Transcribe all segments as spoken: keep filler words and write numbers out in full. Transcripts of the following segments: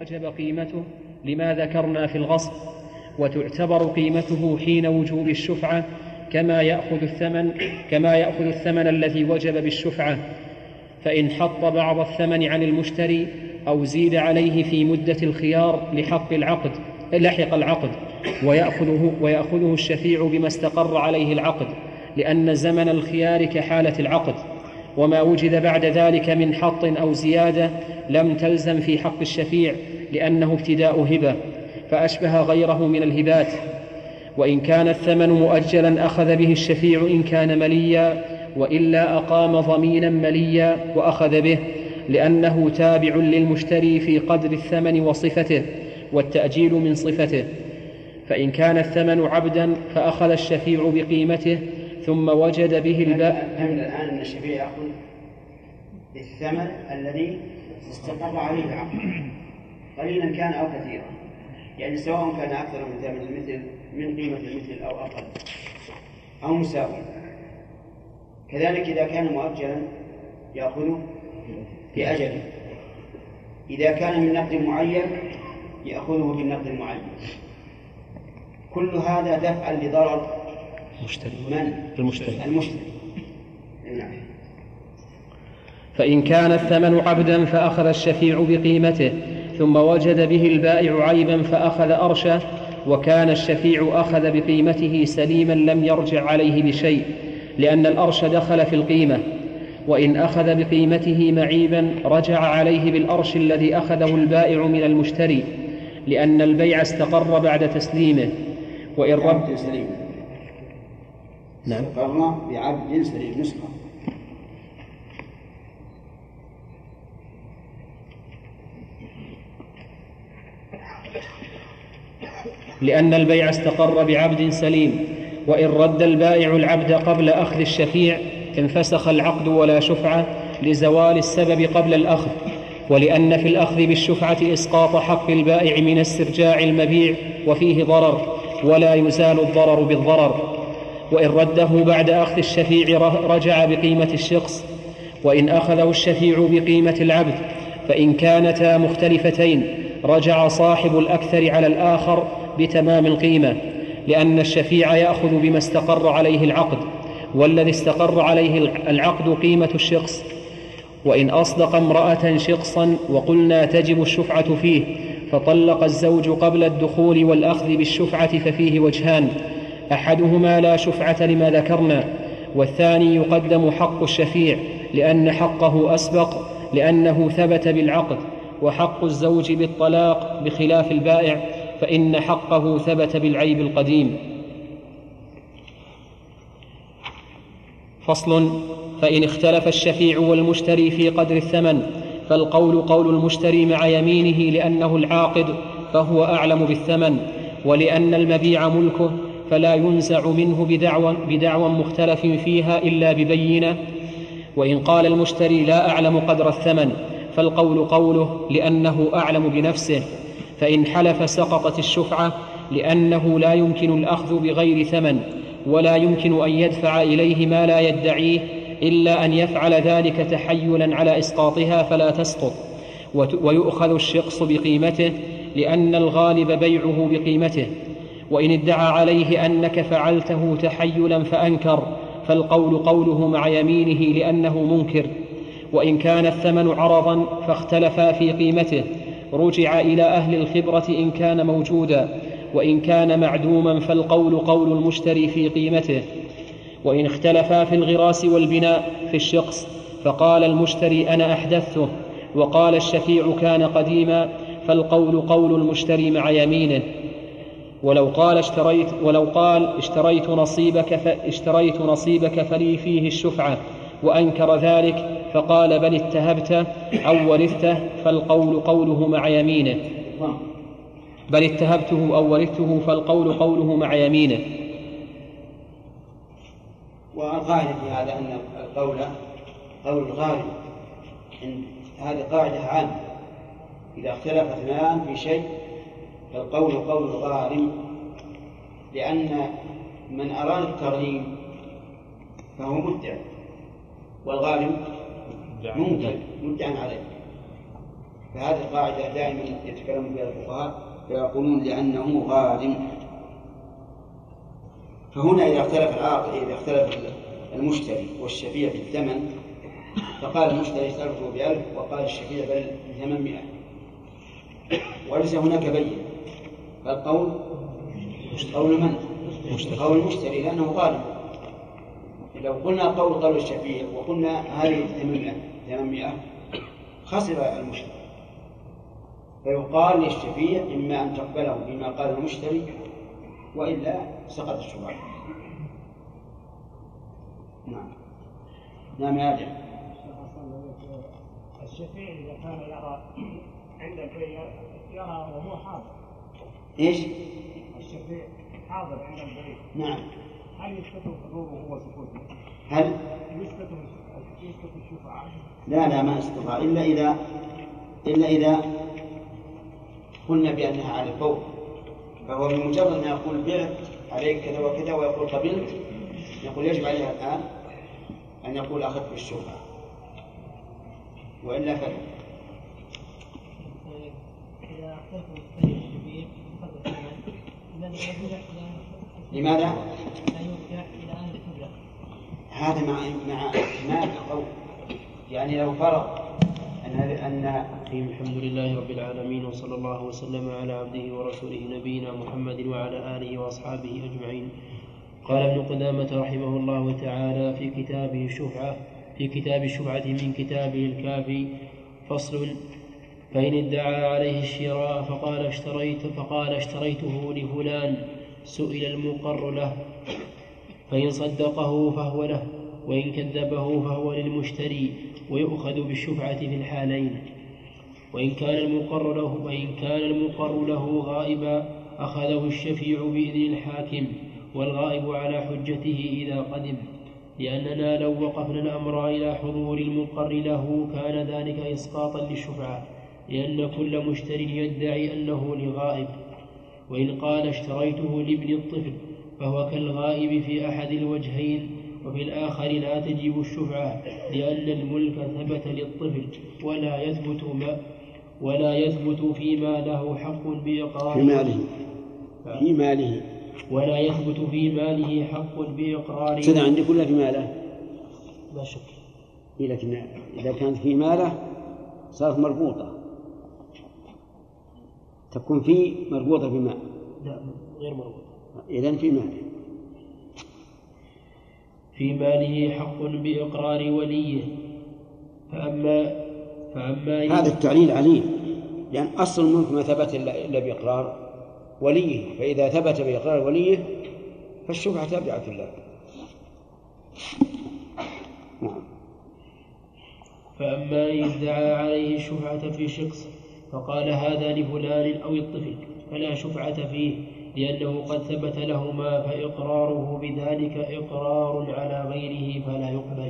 وجب قيمته لما ذكرنا في الغصب، وتعتبر قيمته حين وجوب الشفعة كما يأخذ الثمن كما يأخذ الثمن الذي وجب بالشفعة، فإن حط بعض الثمن عن المشتري أو زيد عليه في مدة الخيار لحق العقد لحق العقد ويأخذه, ويأخذه الشفيع بما استقر عليه العقد، لأن زمن الخيار كحالة العقد، وما وجد بعد ذلك من حط أو زيادة لم تلزم في حق الشفيع لأنه ابتداء هبة فأشبه غيره من الهبات. وإن كان الثمن مؤجلا أخذ به الشفيع إن كان مليا، وإلا أقام ضمينا مليا وأخذ به، لأنه تابع للمشتري في قدر الثمن وصفته، والتأجيل من صفته. فإن كان الثمن عبدا فأخذ الشفيع بقيمته ثم وجد به الباء. فهمنا الآن أن الشفيع يأخذ الثمن الذي استقر عليه العقد قليلا كان أو كثيرا، يعني سواء كان أكثر من ثمن المثل من قيمة المثل أو أقل أو مساوي. كذلك إذا كان مؤجلا يأخذه بأجله، إذا كان من نقد معين يأخذه بالنقد المعين. كل هذا دفعا لضرر من؟ المشتري. المشتري. نعم. فإن كان الثمن عبدا فأخذ الشفيع بقيمته ثم وجد به البائع عيبا فأخذ أرشه، وكان الشفيع أخذ بقيمته سليما لم يرجع عليه بشيء، لأن الأرش دخل في القيمة. وإن أخذ بقيمته معيبا رجع عليه بالأرش الذي أخذه البائع من المشتري، لأن البيع استقر بعد تسليمه. وإن رد سليم نعم استقر بعبد سليم نسخة. لأن البيع استقر بعبد سليم. وإن رد البائع العبد قبل أخذ الشفيع انفسخ العقد ولا شفعة لزوال السبب قبل الأخذ، ولأن في الأخذ بالشفعة إسقاط حق البائع من استرجاع المبيع وفيه ضرر، ولا يزال الضرر بالضرر. وإن رده بعد أخذ الشفيع رجع بقيمة الشخص، وإن أخذه الشفيع بقيمة العبد فإن كانتا مختلفتين رجع صاحب الأكثر على الآخر بتمام القيمة، لأن الشفيع يأخذ بما استقر عليه العقد، والذي استقر عليه العقد قيمة الشخص. وإن أصدق امرأة شخصا وقلنا تجب الشفعة فيه فطلق الزوج قبل الدخول والأخذ بالشفعة ففيه وجهان، أحدهما لا شفعة لما ذكرنا، والثاني يقدم حق الشفيع لأن حقه أسبق لأنه ثبت بالعقد، وحق الزوج بالطلاق بخلاف البائع فإن حقه ثبت بالعيب القديم. فصل. فإن اختلف الشفيع والمشتري في قدر الثمن فالقول قول المشتري مع يمينه لأنه العاقد فهو أعلم بالثمن، ولأن المبيع ملكه فلا ينزع منه بدعوى, بدعوى مختلف فيها إلا ببينة. وإن قال المشتري لا أعلم قدر الثمن فالقول قوله لأنه أعلم بنفسه، فإن حلف سقطت الشفعة لأنه لا يمكن الأخذ بغير ثمن، ولا يمكن أن يدفع إليه ما لا يدعيه إلا أن يفعل ذلك تحيلا على إسقاطها فلا تسقط، ويؤخذ الشخص بقيمته لأن الغالب بيعه بقيمته. وإن ادعى عليه أنك فعلته تحيلا فأنكر فالقول قوله مع يمينه لأنه منكر. وإن كان الثمن عرضا فاختلفا في قيمته رجع إلى أهل الخبرة إن كان موجودا، وإن كان معدوما فالقول قول المشتري في قيمته. وإن اختلفا في الغراس والبناء في الشخص فقال المشتري أنا أحدثته وقال الشفيع كان قديما فالقول قول المشتري مع يمينه. ولو قال اشتريت ولو قال اشتريت نصيبك فاشتريت نصيبك فلي فيه الشفعة وأنكر ذلك فقال بل اتهبت أو ورثته فالقول قوله مع يمينه. بل اتهبته أو ورثته فالقول قوله مع يمينه. والقاعدة في هذا أن القول قول الغالب، هذه قاعدة عامة، إذا اختلف اثنان في شيء فالقول قول الغالب، لأن من أراد الترغيب فهو مدعي والغالب منكر مدعى عليه. فهذه القاعدة دائما يتكلم بها الفقهاء فيقولون لأنه غارم. فهنا إذا اختلف العاقد إذا اختلف المشتري والشفيع في الثمن فقال المشتري اشترته بألف وقال الشفيع بل بثمانمائة وليس هناك بين، فالقول قول من؟ قول المشتري لأنه غارم. لو قلنا قول قول الشفيع وقلنا هذه ثمانمائة خسر المشتري، فيقال للشفيع إما أن تقبله بما قال المشتري وإلا سقط الشبهة. نعم نعم يا أدم. الشفيع إذا كان يرى عند البيع يرى وهو حاضر. إيش؟ الشفيع حاضر عند البيع. نعم. هل يثبت حضوره وهو سكوته؟ هل؟ يثبت يثبت الشفعة؟ لا لا ما استطاع إلا إذا إلا إذا قلنا بأنها على الفور، فهو بمجرد أن يقول بعت عليك كذا وكذا ويقول قبلت يقول يجب عليها الآن أن يقول أخذت بالشفعة وإلا فلا. إذا اختلف المشتري والشفيع قدر الثمن الذي يرجع إلى لماذا؟ لا يرجع إلى أهل القبلة. هذا مع مع احتمال القول، يعني لو فرض أن أن الحمد لله رب العالمين وصلى الله وسلم على عبده ورسوله نبينا محمد وعلى آله وأصحابه أجمعين. قال ابن قدامة رحمه الله تعالى في كتابه الشفعة في كتاب الشفعة من كتابه الكافي فصل: فإن ادعى عليه الشراء فقال اشتريت فقال اشتريته لفلان سئل المقر له، فإن صدقه فهو له وإن كذبه فهو للمشتري ويؤخذ بالشفعة في الحالين. وإن كان المقر له وإن كان المقر له غائبا أخذه الشفيع بإذن الحاكم والغائب على حجته إذا قدم، لأننا لو وقفنا الأمر إلى حضور المقر له كان ذلك إسقاطا للشفعة، لأن كل مشتر يدعي أنه لغائب. وإن قال اشتريته لابن الطفل فهو كالغائب في أحد الوجهين، وفي الآخر لا تجب الشفعة لأن الملك ثبت للطفل ولا يثبت ما ولا يثبت فيما له حق بإقرار في ماله في ماله ولا يثبت في ماله حق بإقراره. سنة عندي كلها في ماله لا شك، لكن إذا كانت في ماله صارت مربوطة، تكون في مربوطة بماء. لا غير مربوطة، إذن في ماله في ماله حق بإقرار وليه. فأما فأما هذا التعليل عليل، لأن أصل الملك ما ثبت إلا بإقرار وليه، فإذا ثبت بإقرار وليه فالشفعة تابعة له. فأما إن ادعى عليه الشفعة في شخص فقال هذا لفلان أو الطفل فلا شفعة فيه، لأنه قد ثبت لهما فإقراره بذلك إقرار على غيره فلا يقبل.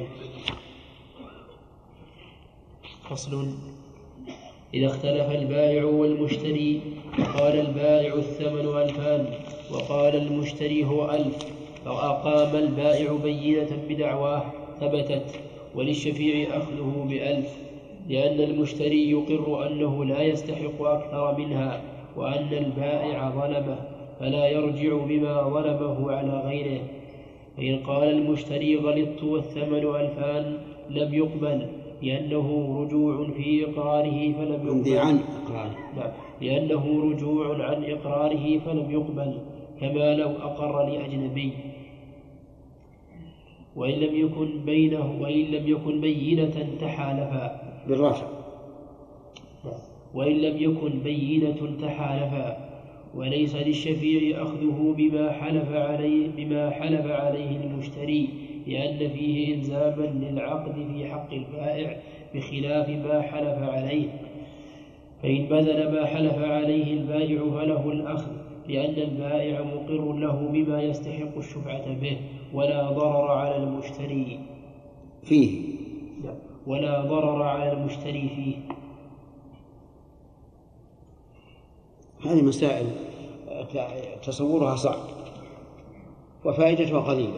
فصل: إذا اختلف البائع والمشتري فقال البائع الثمن ألفان وقال المشتري هو ألف، فأقام البائع بينة بدعواه ثبتت، وللشفيع أخذه بألف، لأن المشتري يقر أنه لا يستحق أكثر منها وأن البائع ظلمه فلا يرجع بما ظلمه على غيره. فإن قال المشتري غلطت والثمن ألفان لم يقبل، لأنه رجوع في إقراره فلم يقبل عن لا. لأنه رجوع عن إقراره فلم يقبل، كما لو أقر لأجنبي. وإن لم يكن بينه وإن لم يكن بينة تحالفا بالرفع وإن لم يكن بينة تحالفا وليس للشفيع أخذه بما حلف عليه بما حلف عليه المشتري، لأن فيه إلزاما للعقد في حق البائع بخلاف ما حلف عليه. فإن بذل ما حلف عليه البائع فله الأخذ، لأن البائع مقر له بما يستحق الشفعة به ولا ضرر على المشتري فيه ولا ضرر على المشتري فيه. هذه مسائل تصورها صعب وفائدتها قليلة،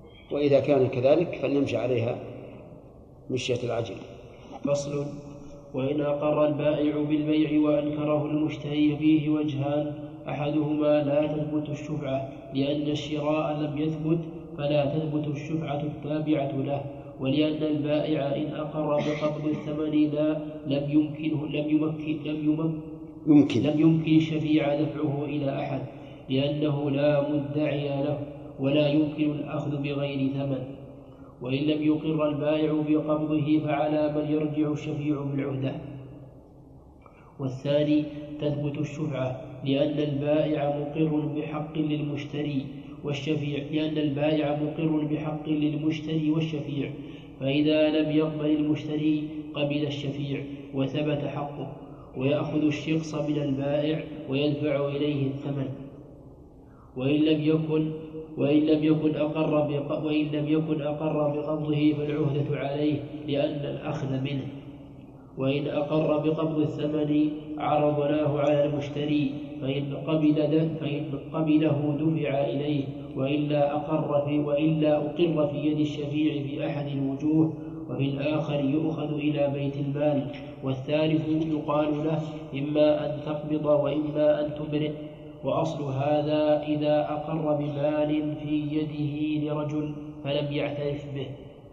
وإذا كان كذلك فلنمشي عليها مشية العجل. فصل: وإن أقر البائع بالبيع وأنكره المشتري فيه وجهان: أحدهما لا تثبت الشفعة لأن الشراء لم يثبت فلا تثبت الشفعة التابعة له، ولأن البائع إن أقر بقبض الثمن لا لم يمكنه لم يمكن لم يمكن يمكن, لم يمكن الشفيع دفعه إلى أحد لأنه لا مدعي له ولا يمكن الأخذ بغير ثمن. وإن لم يقر البائع بقبضه فعلى من يرجع الشفيع بالعهدة. والثاني تثبت الشفعة لأن البائع مقر بحق للمشتري والشفيع لأن البائع مقر بحق للمشتري والشفيع، فإذا لم يقبل المشتري قبل الشفيع وثبت حقه، ويأخذ الشخص من البائع ويدفع إليه الثمن. وإن لم يكن وإن لم يكن أقر وإن لم يكن أقر بقبضه فالعهدة عليه لأن الأخذ منه. وإن أقر بقبض الثمن عرضناه على المشتري فإن قبل فإن قبله دفع إليه، وإلا أقر في وإلا أقر في يد الشفيع في أحد الوجوه، وفي الآخر يؤخذ إلى بيت المال. والثالث يقال له إما أن تقبض وإما أن تبرئ. وأصل هذا إذا أقر بمال في يده لرجل فلم يعترف به.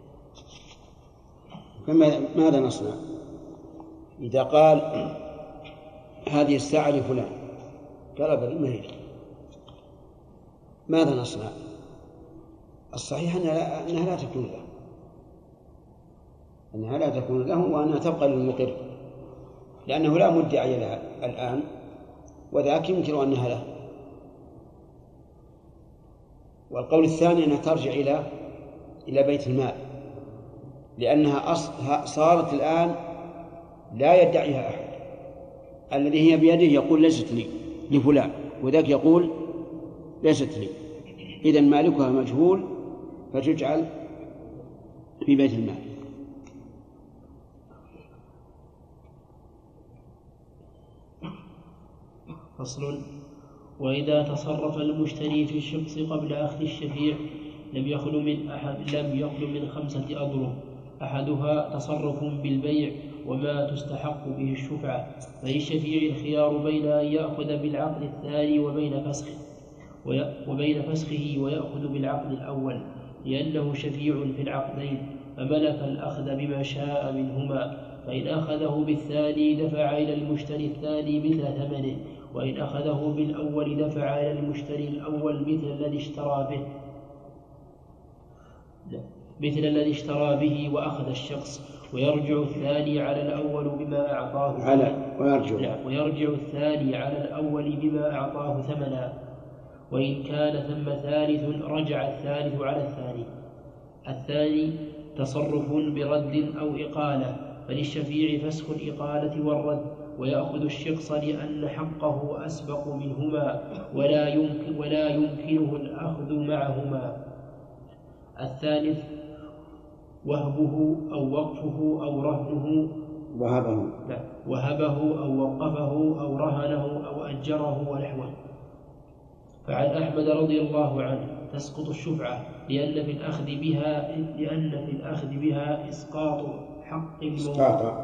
ماذا نصنع إذا قال هذه الساعة لفلان؟ قال بل ما هي، ماذا نصنع؟ الصحيح أنها لا تكون له أنها لا تكون له وأنها تبقى للمقر، لأنه لا مدعي لها الآن، وذاك يمكن أنها له. والقول الثاني أنها ترجع إلى إلى بيت المال، لأنها صارت الآن لا يدعيها أحد. الذي هي بيده يقول ليست لي لفلان، وذاك يقول ليست لي، إذن مالكها مجهول فتجعل في بيت المال. فصل: وإذا تصرف المشتري في الشخص قبل أخذ الشفيع لم يخل من أحد لم يخل من خمسة أضرب: أحدها تصرف بالبيع وما تستحق به الشفعة، فللشفيع الخيار بين أن يأخذ بالعقد الثاني وبين فسخه وبين فسخه ويأخذ بالعقد الأول، لأنه شفيع في العقدين فملك الأخذ بما شاء منهما. فإن أخذه بالثاني دفع إلى المشتري الثاني مثل ثمنه، وإن أخذه بالأول دفع إلى المشتري الأول مثل الذي اشترى به مثل الذي اشترى به وأخذ الشخص، ويرجع الثاني على الأول بما أعطاه على ويرجع ويرجع الثاني على الأول بما أعطاه ثمنا. وإن كان ثم ثالث رجع الثالث على الثاني. الثاني تصرف برد أو إقالة، فللشفيع فسخ الإقالة والرد، ويأخذ الشخص لأن حقه أسبق منهما ولا يمكن ولا يمكنه الأخذ معهما. الثالث وهبه أو وقفه أو رهنه وهبه لا وهبه أو وقفه أو رهنه أو أجره ونحوه. فعن أحمد رضي الله عنه تسقط الشفعة لأن في الأخذ بها لأن في الأخذ بها إسقاط حق إسقاط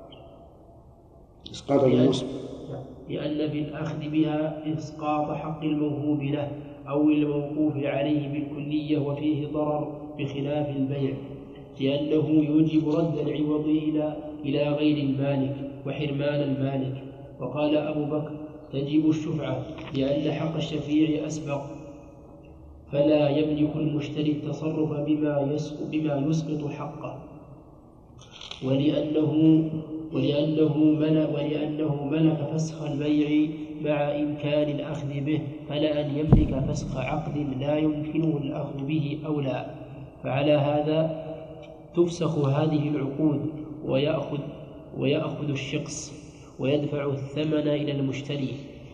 إسقاط الموصف لأن في الأخذ بها إسقاط حق الموهوب له أو الموقوف عليه بالكلية، وفيه ضرر بخلاف البيع، لأنه يوجب رد العوض إلى إلى غير المالك وحرمان المالك. وقال أبو بكر تجب الشفعة لأن حق الشفيع أسبق، فلا يملك المشتري التصرف بما يسقط, بما يسقط حقه، ولأنه ولأنه ملك ولأنه ملك فسخ البيع مع إمكان الأخذ به، فلا أن يملك فسخ عقد لا يمكنه الأخذ به أولى. فعلى هذا تفسخ هذه العقود ويأخذ ويأخذ الشخص ويدفع الثمن إلى المشتري.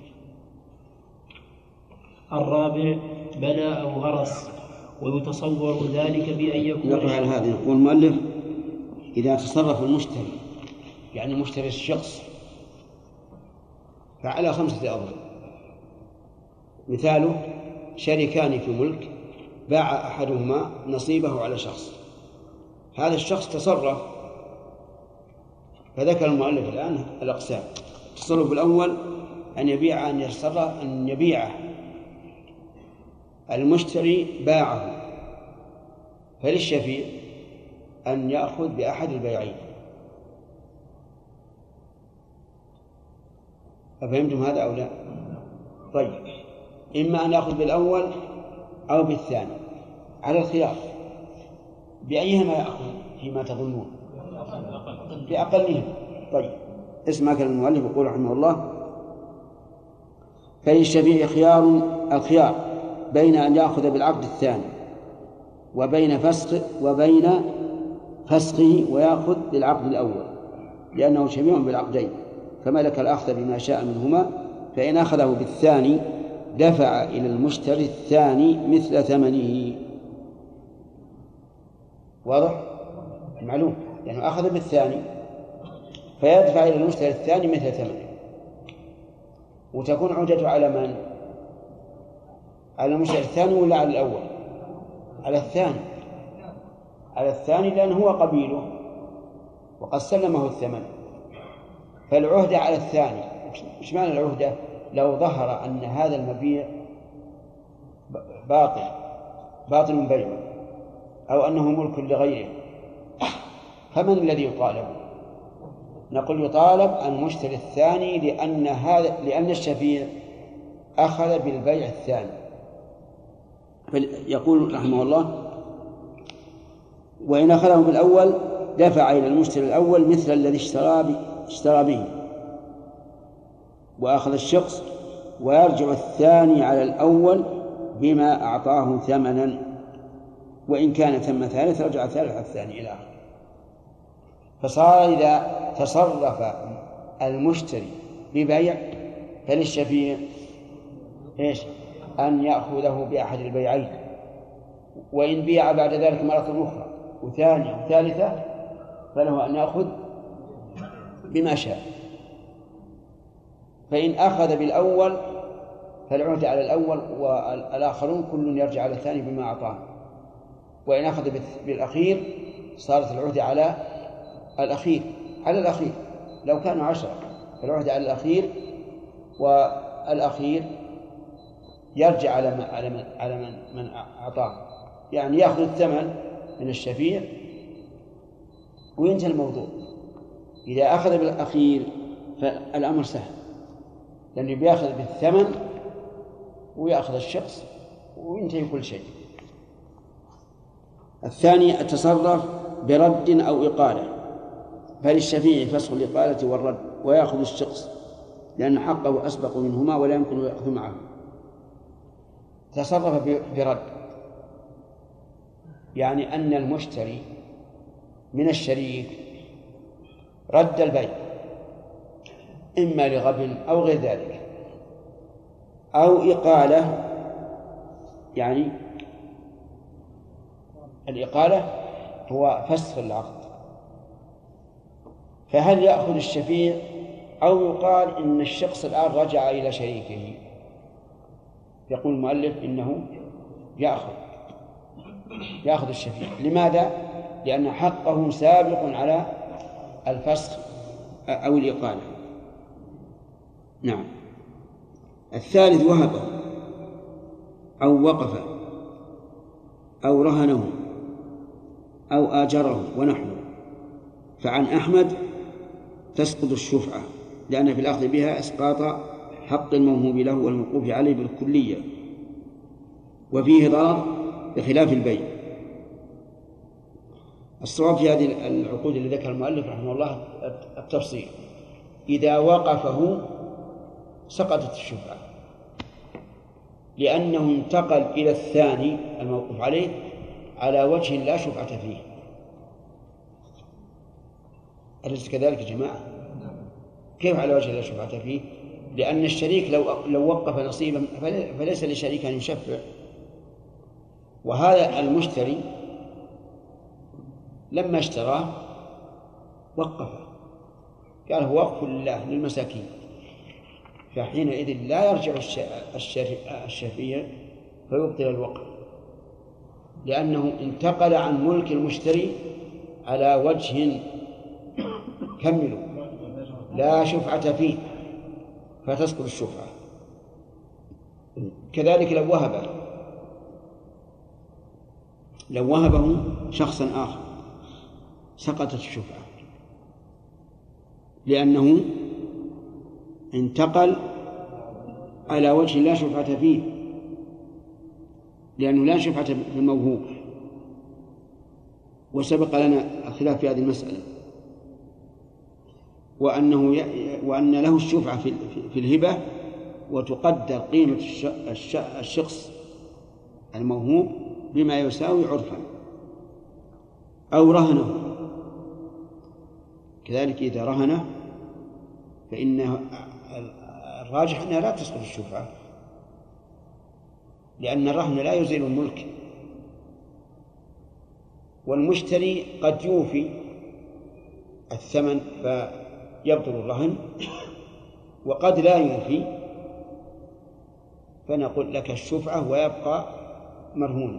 الرابع بنى أو غرس، ويتصور ذلك بأن يكون نقرأ على هذا. يقول المؤلف إذا تصرف المشتري يعني مشتري الشخص فعلى خمسة أضرب. مثاله شريكان في ملك باع أحدهما نصيبه على شخص، هذا الشخص تصرف فذكر المؤلف الآن الأقسام. التصرف الأول أن يبيع أن يتصرف أن يبيع المشتري باعه، فللشفيع أن يأخذ بأحد البيعين. أفهمتم هذا أو لا؟ طيب، إما أن يأخذ بالأول أو بالثاني على الخيار، بأيهما يأخذ فيما تظنون؟ بأقلهم. طيب، اسمع كلام المؤلف يقول رحمه الله: فللشفيع خيار الخيار بين أن يأخذ بالعقد الثاني وبين فسخ وبين فسخه ويأخذ بالعقد الأول، لأنه شبيه بالعقدين، فملك الأخذ بما شاء منهما. فإن أخذه بالثاني دفع إلى المشتري الثاني مثل ثمنه. واضح؟ معلوم، يعني أخذ بالثاني فيدفع إلى المشتري الثاني مثل ثمنه، وتكون عودته على من؟ على المشتري الثاني ولا على الأول؟ على الثاني، على الثاني، لأنه هو قبيله وقد سلمه الثمن، فالعهدة على الثاني. إيش معنى العهدة؟ لو ظهر أن هذا المبيع باطل باطل بيعه أو أنه ملك لغيره، فمن الذي يطالب؟ نقول يطالب المشتري الثاني، لأن هذا لأن الشفيع أخذ بالبيع الثاني. يقول رحمه الله: وإن أخذه بالأول دفع إلى المشتري الأول مثل الذي اشترى به وأخذ الشخص، ويرجع الثاني على الأول بما أعطاه ثمنا، وإن كان ثم ثالث رجع الثالث على الثاني إلى آخره. فصار إذا تصرف المشتري ببيع فللشفيع إيش؟ أن يأخذه بأحد البيعين، وإن بيع بعد ذلك مرة أخرى وثانية وثالثة فله أن يأخذ بما شاء. فإن أخذ بالأول فالعهدة على الأول، والآخرون كل يرجع على الثاني بما أعطاه. وإن أخذ بالأخير صارت العهدة على الأخير على الأخير لو كانوا عشرة فالعهدة على الأخير، والأخير يرجع على من على من على من, من أعطاه، يعني يأخذ الثمن من الشفيع وينتهي الموضوع. إذا أخذ بالأخير فالأمر سهل، لأنه بيأخذ بالثمن ويأخذ الشخص وينتهي كل شيء. الثاني التصرف برد أو إقالة، فللشفيع فسخ الإقالة والرد، ويأخذ الشخص لأن حقه أسبق منهما ولا يمكن يأخذ معه. تصرف برد يعني أن المشتري من الشريك رد البيع إما لغبن أو غير ذلك، أو إقالة، يعني الإقالة هو فسخ العقد. فهل يأخذ الشفيع أو يقال إن الشخص الآن رجع إلى شريكه؟ يقول المؤلف إنه يأخذ يأخذ الشفيع. لماذا؟ لأن حقه سابق على الفسخ أو الإقالة. نعم. الثالث وهبه أو وقفه أو رهنه أو آجره ونحوه، فعن أحمد تسقط الشفعة، لأن في الأخذ بها إسقاط حق الموهوب له والموقوف عليه بالكلية، وفيه ضرر بخلاف البيع. الصواب في هذه العقود اللي ذكر المؤلف رحمه الله التفصيل. إذا وقفه سقطت الشفعة، لأنه انتقل إلى الثاني الموقوف عليه على وجه لا شفعة فيه. أليس كذلك يا جماعة؟ كيف على وجه لا شفعة فيه؟ لأن الشريك لو لو وقف نصيبا فليس للشريك أن يشفع، وهذا المشتري لما اشتراه وقفه، قال هو وقف لله للمساكين، فحينئذ لا يرجع الشفيع فيبطل الوقف، لأنه انتقل عن ملك المشتري على وجه كملوا لا شفعة فيه فتسقط الشفعة. كذلك لو وهبه لو وهبه شخصا آخر سقطت الشفعة، لأنه انتقل على وجه لا شفعة فيه، لأنه لا شفعة في الموهوب. وسبق لنا الخلاف في هذه المسألة، وأنه ي... وأن له الشفعة في, في الهبة، وتقدر قيمة الش... الشخص الموهوب بما يساوي عرفا، أو رهنه. كذلك إذا رهنه فإن الراجح أنها لا تسقط الشفعة، لأن الرهن لا يزيل الملك. والمشتري قد يوفي الثمن فيبطل الرهن، وقد لا يوفي فنقول لك الشفعة ويبقى مرهونا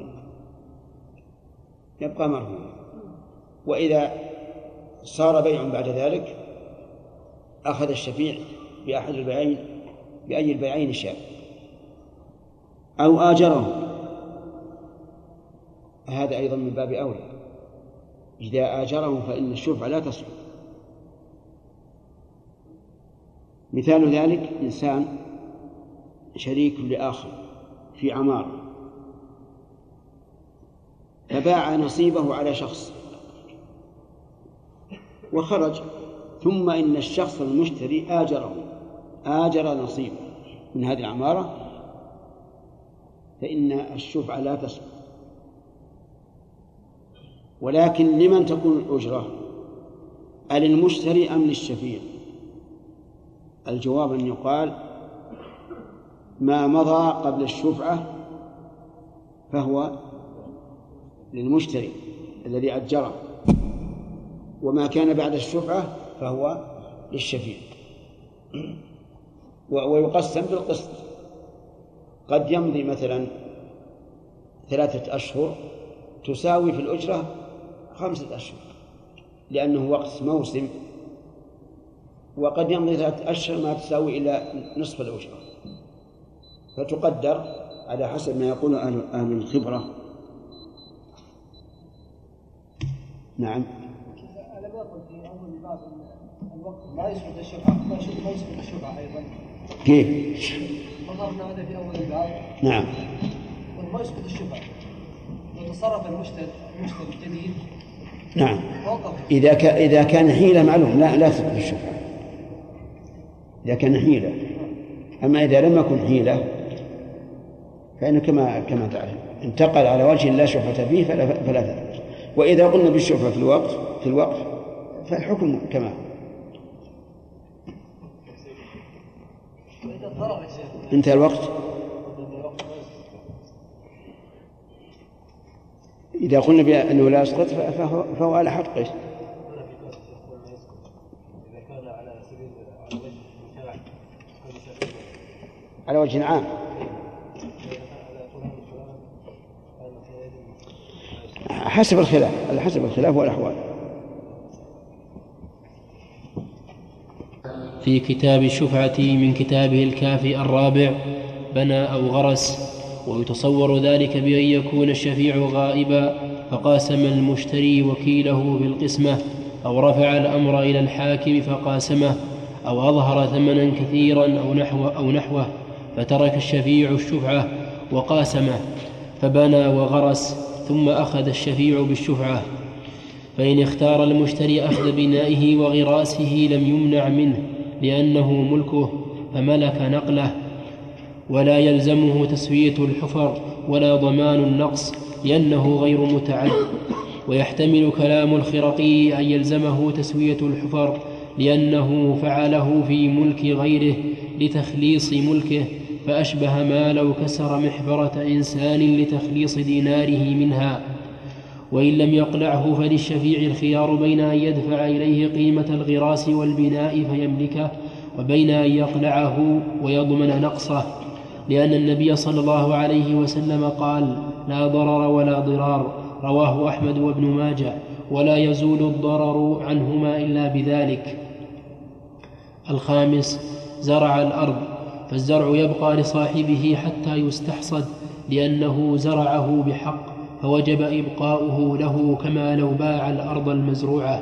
يبقى مرهونا. وإذا صار بيع بعد ذلك أخذ الشفيع بأحد البيعين بأي البيعين شاء، أو آجره، هذا أيضا من باب أولى. إذا آجره فإن الشفعة لا تصح. مثال ذلك إنسان شريك لآخر في عمارة، فباع نصيبه على شخص وخرج، ثم إن الشخص المشتري آجره آجر نصيبه من هذه العمارة، فإن الشفعة لا تسقط. ولكن لمن تكون الأجرة؟ أللمشتري أم للشفيع؟ الجواب أن يقال ما مضى قبل الشفعة فهو للمشتري الذي أجره، وما كان بعد الشفعة فهو للشفيع. ويقسم بالقسط، قد يمضي مثلا ثلاثة أشهر تساوي في الأجرة خمسة أشهر لأنه وقت موسم، وقد يمضي ثلاثة أشهر ما تساوي إلى نصف الأجرة، فتقدر على حسب ما يقول أهل الخبرة. نعم. أنا بقول في أول بعض الوقت لا يسقط الشفعة، لا يسقط الشفعة أيضا. كيف؟ نظرنا هذا في أول الباب. نعم. وما يسقط الشفعة. وتصرف المشتري المشتري الجديد. نعم. إذا كان إذا كان حيلة معلوم لا لا تسقط الشفعة. إذا كان حيلة، أما إذا لم يكن حيلة فإنه كما كما تعرف انتقل على وجه لا شفعة فيه فلا فلا تثبت. وإذا قلنا بالشفعة في الوقت في الوقت فالحكم كما انتهى الوقت. إذا قلنا بأنه لا يسقط فهو, فهو على حقه. على وجه عام. حسب الخلاف حسب الخلاف والأحوال. في كتاب الشفعة من كتابه الكافي الرابع: بنى أو غرس. ويتصور ذلك بأن يكون الشفيع غائبا فقاسم المشتري وكيله بالقسمة، أو رفع الأمر إلى الحاكم فقاسمه، أو أظهر ثمنا كثيرا أو نحوه, أو نحوه فترك الشفيع الشفعة وقاسمه، فبنى وغرس ثم أخذ الشفيع بالشفعة. فإن اختار المشتري أخذ بنائه وغراسه لم يمنع منه لأنه ملكه فملك نقله، ولا يلزمه تسوية الحفر ولا ضمان النقص لأنه غير متعد. ويحتمل كلام الخرقي أن يلزمه تسوية الحفر لأنه فعله في ملك غيره لتخليص ملكه، فأشبه ما لو كسر محبرة إنسان لتخليص ديناره منها. وإن لم يقلعه فللشفيع الخيار بين أن يدفع إليه قيمة الغراس والبناء فيملكه، وبين أن يقلعه ويضمن نقصه، لأن النبي صلى الله عليه وسلم قال: لا ضرر ولا ضرار، رواه أحمد وابن ماجه. ولا يزول الضرر عنهما إلا بذلك. الخامس: زرع الأرض، فالزرع يبقى لصاحبه حتى يستحصد لأنه زرعه بحق، فوجب إبقاؤه له كما لو باع الأرض المزروعة.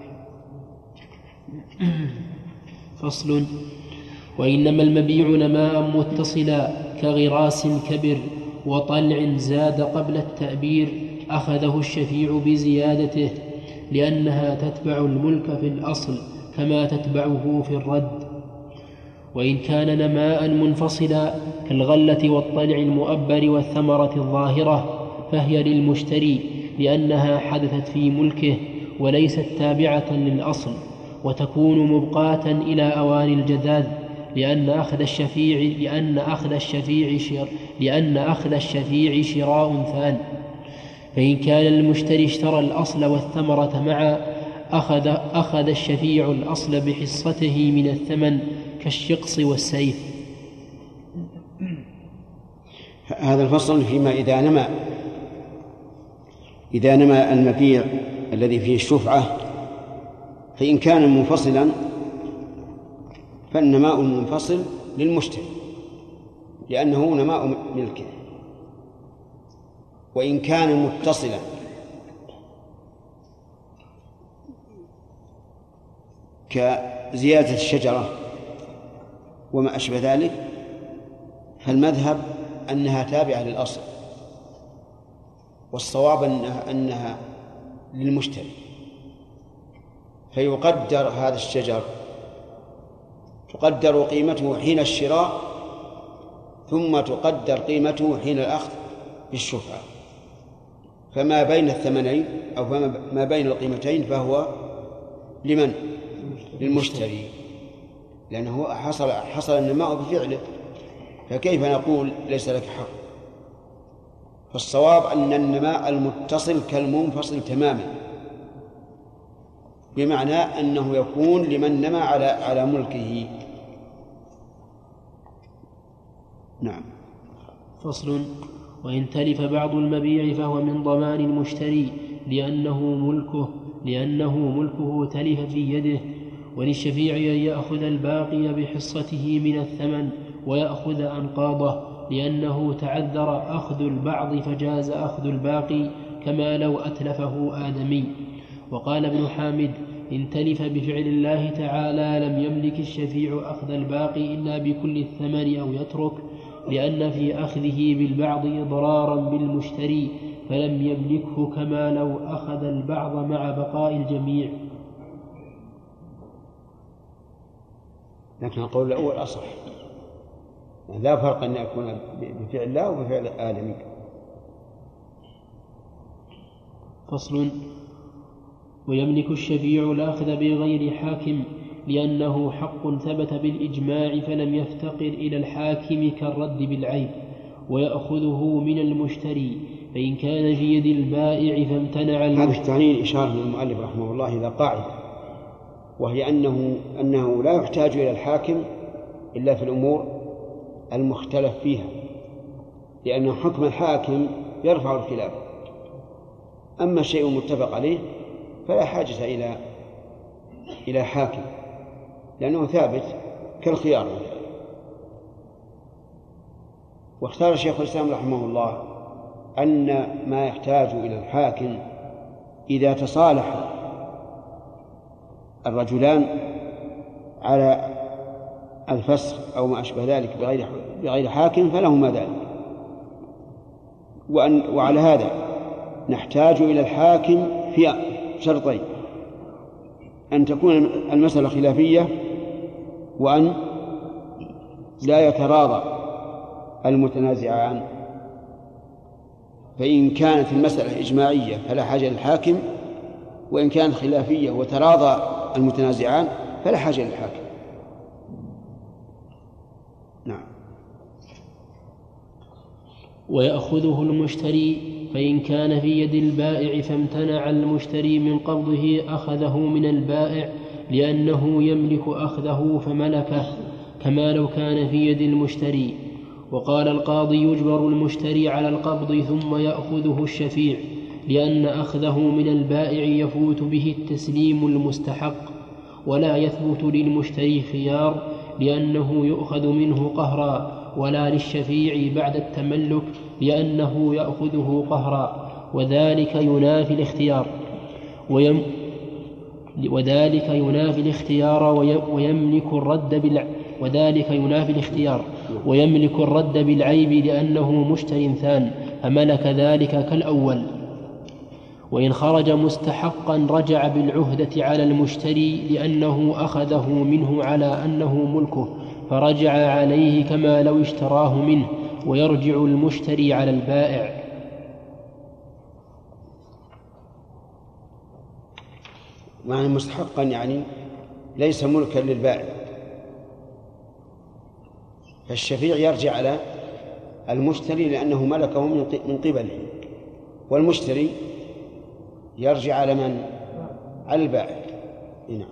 فصل: وإنما المبيع نماء متصلا كغراس كبر وطلع زاد قبل التأبير أخذه الشفيع بزيادته، لأنها تتبع الملك في الأصل كما تتبعه في الرد. وإن كان نماء منفصلا كالغلة والطلع المؤبر والثمرة الظاهرة فهي للمشتري لأنها حدثت في ملكه وليست تابعة للأصل، وتكون مبقاة إلى أوان الجذاذ، لأن أخذ الشفيع لأن أخذ الشفيع شر لأن أخذ الشفيع شراء ثان. فإن كان المشتري اشترى الأصل والثمرة معا أخذ أخذ الشفيع الأصل بحصته من الثمن كالشقص والسيف. هذا الفصل فيما إذا نما إذا نما المبيع الذي فيه الشفعة، فإن كان منفصلا فالنماء المنفصل للمشتري لأنه نماء ملكه، وإن كان متصلا كزيادة الشجرة وما أشبه ذلك فالمذهب أنها تابعة للأصل، والصواب أنها, أنها للمشتري، فيقدر هذا الشجر تقدر قيمته حين الشراء ثم تقدر قيمته حين الأخذ بالشفعة، فما بين الثمنين أو ما بين القيمتين فهو لمن؟ للمشتري، لأنه حصل حصل النماء بفعله، فكيف نقول ليس لك حق؟ فالصواب أن النماء المتصل كالمنفصل تماما، بمعنى أنه يكون لمن نمى على على ملكه. نعم. فصل: وإن تلف بعض المبيع فهو من ضمان المشتري لأنه ملكه لأنه ملكه تلف في يده، وللشفيع أن يأخذ الباقي بحصته من الثمن ويأخذ أنقاضه، لأنه تعذر أخذ البعض فجاز أخذ الباقي كما لو أتلفه آدمي. وقال ابن حامد: إن تلف بفعل الله تعالى لم يملك الشفيع أخذ الباقي إلا بكل الثمن أو يترك، لأن في أخذه بالبعض إضرارا بالمشتري فلم يملكه كما لو أخذ البعض مع بقاء الجميع. لكن القول الأول أصح، لا فرق أن يكون بفعل الله وبفعل آدمي. فصل: ويملك الشفيع الأخذ بغير حاكم لأنه حق ثبت بالإجماع فلم يفتقر إلى الحاكم كالرد بالعيب، ويأخذه من المشتري فإن كان في يد البائع فامتنع المشتري. هذا التعنين إشارة من المؤلف رحمه الله إلى قاعدة، وهي أنه أنه لا يحتاج إلى الحاكم إلا في الأمور المختلف فيها، لأن حكم الحاكم يرفع الخلاف، أما الشيء المتفق عليه فلا حاجة إلى إلى حاكم لأنه ثابت كالخيار. واختار الشيخ الإسلام رحمه الله أن ما يحتاج إلى الحاكم إذا تصالح الرجلان على الفسخ أو ما أشبه ذلك بغير بغير حاكم فلهما ذلك. وأن وعلى هذا نحتاج إلى الحاكم في شرطين: أن تكون المسألة خلافية، وأن لا يتراضى المتنازعان. فإن كانت المسألة إجماعية فلا حاجة للحاكم، وإن كانت خلافية وتراضى المتنازعان فلا حاجة للحاكم. نعم. ويأخذه المشتري فإن كان في يد البائع فامتنع المشتري من قبضه أخذه من البائع لأنه يملك أخذه فملكه كما لو كان في يد المشتري. وقال القاضي: يجبر المشتري على القبض ثم يأخذه الشفيع لأن أخذه من البائع يفوت به التسليم المستحق، ولا يثبت للمشتري خيار لأنه يؤخذ منه قهرا، ولا للشفيع بعد التملك لأنه يأخذه قهرا، وذلك ينافي الاختيار ويم وذلك ينافي الاختيار ويملك الرد بالع وذلك ينافي الاختيار ويملك الرد بالعيب لأنه مشتر ثان، فملك ذلك كالأول. وإن خرج مستحقا رجع بالعهدة على المشتري لأنه أخذه منه على أنه ملكه، فرجع عليه كما لو اشتراه منه، ويرجع المشتري على البائع. معنى مستحقا يعني ليس ملكا للبائع، فالشفيع يرجع على المشتري لأنه ملكه من قبله، والمشتري يرجع على من؟ على البائع. نعم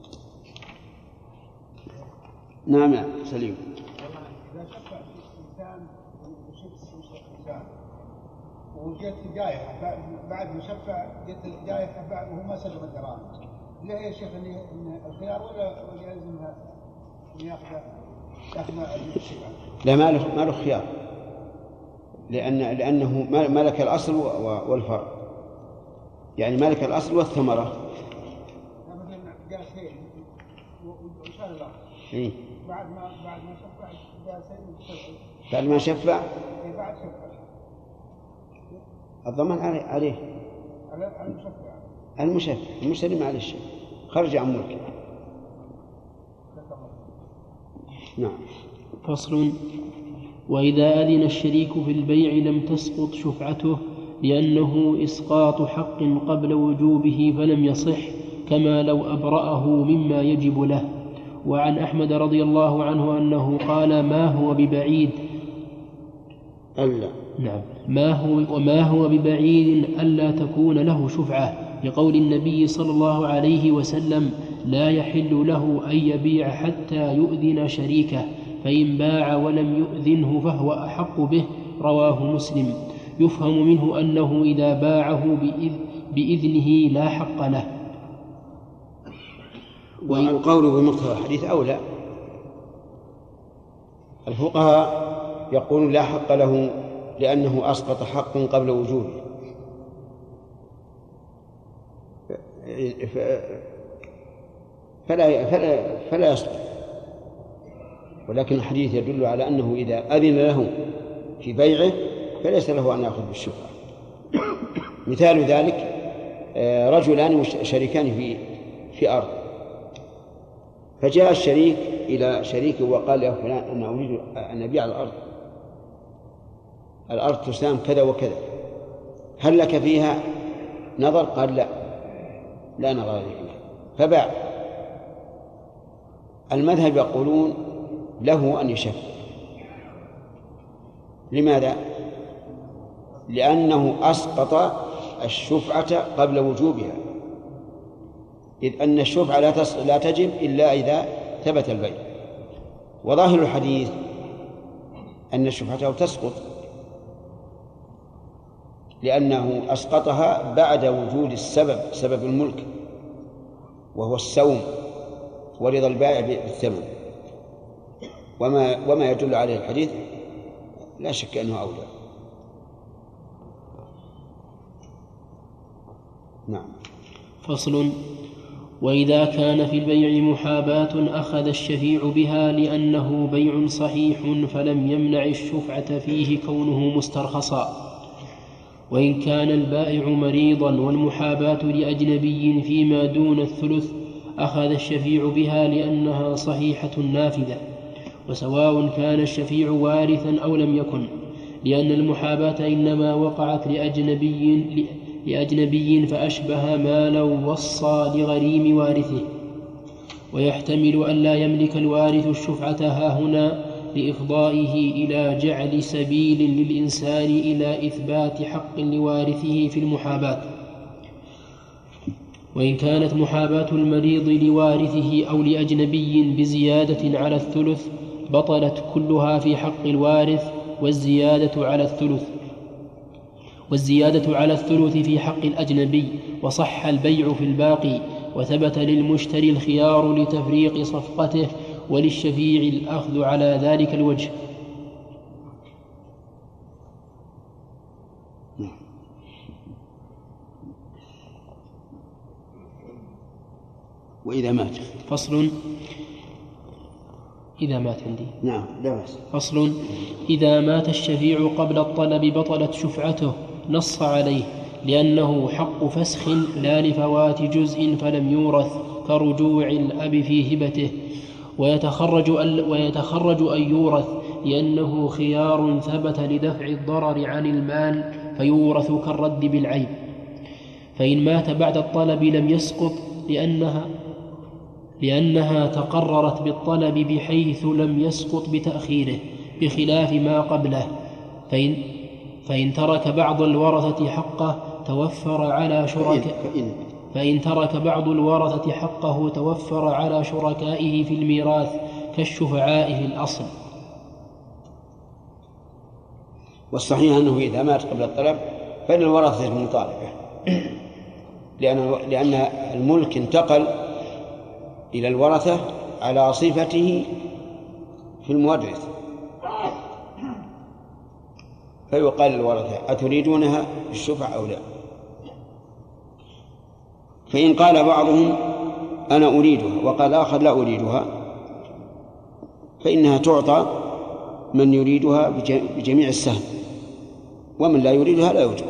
نعم نعم سليم. إذا شفع الإنسان إنسان وجت جائحة بعد ما شفع جت الجائحة بعد وهو ما سلم الدراهم، لا يا شيخ إن الخيار ولا ولا يلزمها أن يأخذ يأخذ الشفع؟ لا، ما له ما له خيار، لأن لأنه ملك الأصل والفرع، يعني ملك الأصل والثمرة. مثلا جالسين وشال الأخر إيه؟ بعد ما بعد ما شفع جالسين بعد ما شفع بعد شفع الضمان عليه على المشفع المشفع المشتري ما عليه شيء، خرج عن ملكه. نعم. فصل: وإذا أذن الشريك في البيع لم تسقط شفعته لأنه إسقاط حق قبل وجوبه فلم يصح، كما لو أبرأه مما يجب له. وعن أحمد رضي الله عنه أنه قال: ما هو ببعيد ألا نعم ما هو وما هو ببعيد ألا تكون له شفعة، لقول النبي صلى الله عليه وسلم: لا يحل له أن يبيع حتى يؤذن شريكه، فإن باع ولم يؤذنه فهو أحق به. رواه مسلم. يفهم منه أنه إذا باعه بإذنه لا حق له. والقول بمقتضى الحديث أولى. الفقهاء يقول لا حق له لأنه أسقط حق قبل وجوده، فلا فلا فلا يسقط، ولكن الحديث يدل على أنه إذا أذن له في بيعه فليس له أن يأخذ بالشفعة. مثال ذلك رجلان شريكان في في أرض، فجاء الشريك إلى شريكه وقال: يا فلان أنا أريد أن أبيع الأرض، الأرض تسام كذا وكذا، هل لك فيها نظر؟ قال: لا لا نظر لي فيها، فباع. المذهب يقولون له أن يشفع. لماذا؟ لأنه أسقط الشفعة قبل وجوبها، إذ أن الشفعة لا لا تجب إلا إذا ثبت البيع، وظاهر الحديث أن الشفعة تسقط لأنه أسقطها بعد وجود السبب، سبب الملك، وهو السوم ورضا البائع بالثمن، وما وما يدل عليه الحديث لا شك أنه أولى. نعم. فصل: وإذا كان في البيع محاباة أخذ الشفيع بها لأنه بيع صحيح فلم يمنع الشفعة فيه كونه مسترخصا. وإن كان البائع مريضا والمحاباة لأجنبي فيما دون الثلث أخذ الشفيع بها لأنها صحيحة نافذة، وسواء كان الشفيع وارثا أو لم يكن، لأن المحاباة إنما وقعت لأجنبي لأجنبي فأشبه ما لو وصى لغريم وارثه. ويحتمل أن لا يملك الوارث الشفعة هاهنا لإفضائه إلى جعل سبيل للإنسان إلى إثبات حق لوارثه في المحاباة. وإن كانت محاباة المريض لوارثه أو لأجنبي بزيادة على الثلث بطلت كلها في حق الوارث والزيادة على الثلث. والزيادة على الثلث في حق الأجنبي، وصح البيع في الباقي، وثبت للمشتري الخيار لتفريق صفقته، وللشفيع الأخذ على ذلك الوجه. وإذا مات. فصل. إذا مات عندي. نعم لا بأس. فصل. إذا مات الشفيع قبل الطلب بطلت شفعته، نص عليه لأنه حق فسخ لا لفوات جزء فلم يورث، كرجوع الأب في هبته، ويتخرج أن, ويتخرج أن يورث لأنه خيار ثبت لدفع الضرر عن المال فيورث كالرد بالعيب. فإن مات بعد الطلب لم يسقط لأنها لأنها تقررت بالطلب بحيث لم يسقط بتأخيره، بخلاف ما قبله. فإن, فإن ترك بعض الورثة حقه توفر على شركاء فإن ترك بعض الورثة حقه توفر على شركائه في الميراث كالشفعاء في الأصل. والصحيح أنه إذا مات قبل الطلب فإن الورثة المطالبة، لأن لأن الملك انتقل إلى الورثة على صفته في المورث، فيقال للورثة أتريدونها بالشفع أو لا؟ فإن قال بعضهم أنا أريدها وقال آخر لا أريدها، فإنها تعطى من يريدها بجميع السهم، ومن لا يريدها لا يوجد.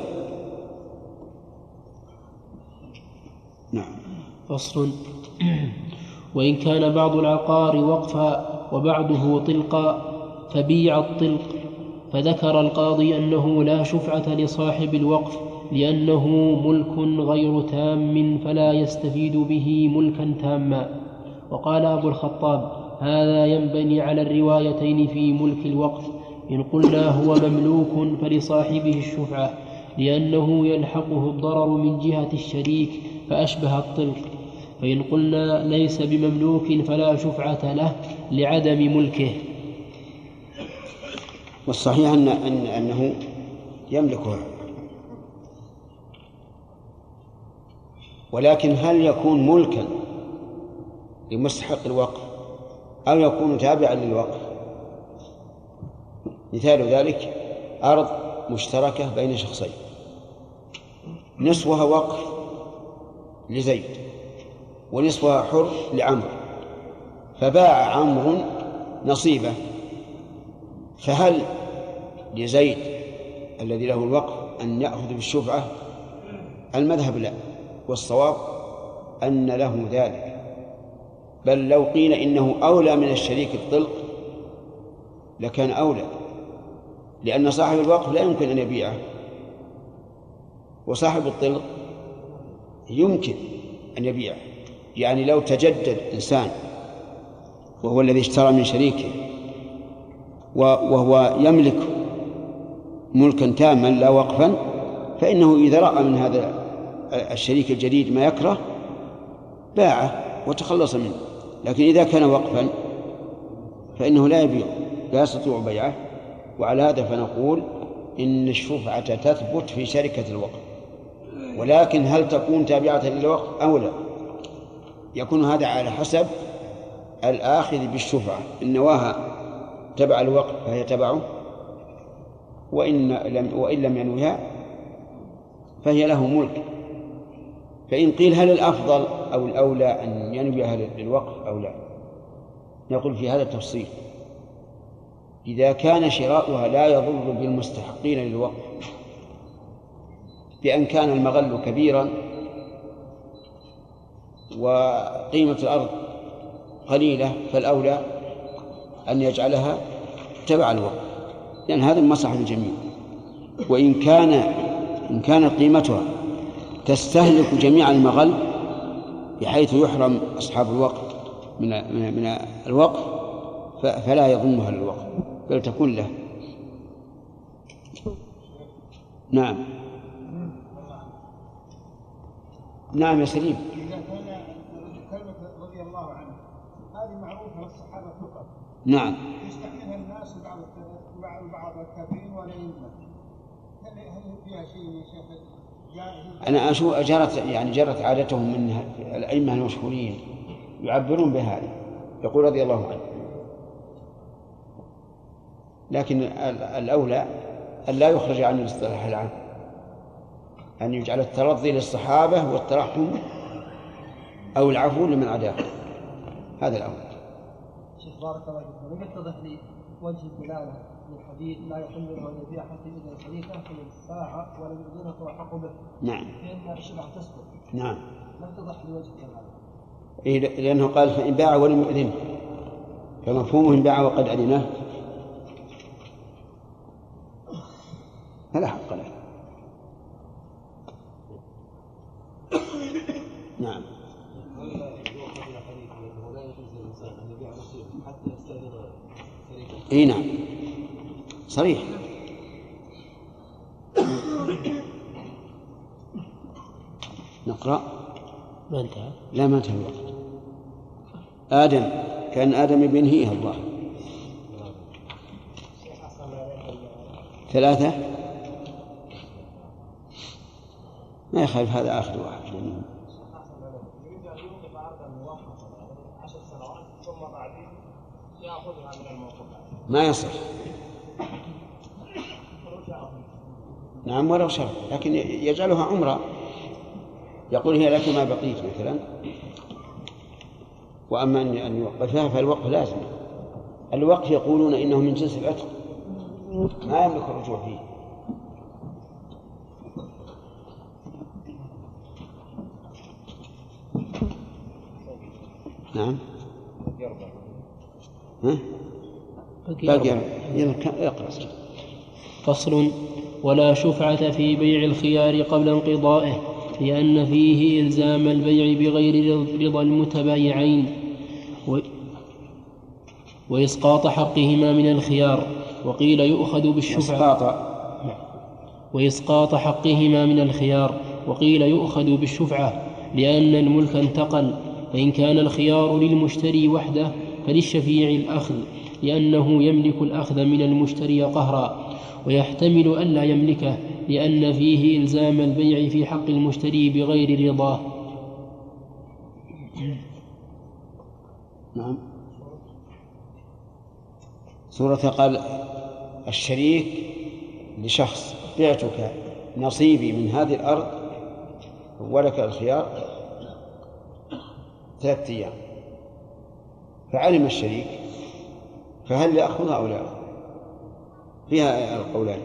نعم. فصل. وإن كان بعض العقار وقفا وبعضه طلقا فبيع الطلق، فذكر القاضي أنه لا شفعة لصاحب الوقف لأنه ملك غير تام فلا يستفيد به ملكا تاما. وقال أبو الخطاب هذا ينبني على الروايتين في ملك الوقف. إن قلنا هو مملوك فلصاحبه الشفعة لأنه يلحقه الضرر من جهة الشريك فأشبه الطلق، فإن قلنا ليس بمملوك فلا شفعة له لعدم ملكه. والصحيح أن أن أنه يملكها، ولكن هل يكون ملكا لمستحق الوقف أو يكون تابعا للوقف؟ مثال ذلك أرض مشتركة بين شخصين، نصفها وقف لزيد ونصفها حر لعمرو، فباع عمرو نصيبه، فهل لزيد الذي له الوقف أن يأخذ بالشفعة؟ المذهب لا، والصواب أن له ذلك، بل لو قيل إنه أولى من الشريك الطلق لكان أولى، لأن صاحب الوقف لا يمكن أن يبيعه، وصاحب الطلق يمكن أن يبيعه. يعني لو تجدد إنسان وهو الذي اشترى من شريكه وهو يملك ملكا تاما لا وقفا، فإنه إذا رأى من هذا الشريك الجديد ما يكره باعه وتخلص منه. لكن إذا كان وقفا فإنه لا يبيع، لا يستطيع بيعه. وعلى هذا فنقول إن الشفعة تثبت في شركة الوقف، ولكن هل تكون تابعة للوقف أو لا؟ يكون هذا على حسب الآخذ بالشفعة، إن نواها تبع الوقف فهي تبعه، وإن لم, وإن لم ينويها فهي له ملك. فإن قيل هل الأفضل أو الأولى أن ينويها للوقف أو لا، نقول في هذا التفصيل إذا كان شراؤها لا يضر بالمستحقين للوقف بأن كان المغل كبيرا وقيمة الأرض قليلة، فالأولى أن يجعلها تبع الوقف، لأن هذا مصلحة الجميع. وإن كان إن كانت قيمتها تستهلك جميع المغل بحيث يحرم أصحاب الوقف من من الوقف فلا يضمها للوقف بل تكون له. نعم نعم يا سليم. إذا كان كلمة رضي الله عنه هذه معروفة للصحابة فقط، نعم، يستحملها الناس بعض بعض الكافرين ولا ينفع. هل هل فيها شيء يا شيخ؟ أنا أشوف جرت يعني جرت عادتهم من الأئمة المشهورين يعبرون بهذا، يقول رضي الله عنه. لكن الأولى أن لا يخرج عن الاصطلاح العام، أن يجعل الترضي للصحابة والترحم أو العفو لمن عداه، هذا الأول. شيخ بارك الله فيكم، لم يتضح لي وجه الدلالة للحديث لا يحل له أن يبيع حتى إذا شريكه في باع ولم يؤذنه فهو أحق به. نعم. فإن الشبهة تسقط. نعم. لم تضح لي وجه الدلالة. إيه، لأنه قال فإن باع ولم يؤذنه، فمفهومه إن باع وقد أذنه فلا حق له. نعم. اي نعم صريح. نقرأ. ما انتهى؟ لا ما انتهى الوقت. آدم، كان آدم يبينهيه الله. ثلاثة ما يخالف، هذا آخر واحد. يريد أن يوقف عرضا موحدا عشر سنوات ثم بعدين يأخذها من الموقف. ما يصح. نعم ولو شرط، لكن يجعلها عمرة، يقول هي لك ما بقيت مثلا. وأما أن يوقفها فالوقف لازم. الوقف يقولون إنه من جنس العتق، ما يملك الرجوع فيه. نعم. ها؟ باقي يلا اقرأ. فصل. ولا شفعة في بيع الخيار قبل انقضائه، لأن فيه إلزام البيع بغير رضا المتبايعين وإسقاط حقهما من الخيار. وقيل يؤخذ بالشفعة وإسقاط حقهما من الخيار وقيل يؤخذ بالشفعة لأن الملك انتقل. فإن كان الخيار للمشتري وحده فللشفيع الأخذ، لأنه يملك الأخذ من المشتري قهرا، ويحتمل ألا يملكه لأن فيه إلزام البيع في حق المشتري بغير رضاه. نعم. سورة قال الشريك لشخص بعتك نصيبي من هذه الأرض ولك الخيار ثلاثة أيام، فعلم الشريك فهل يأخذها أو لا يأخذ؟ فيها القولان.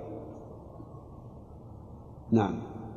نعم.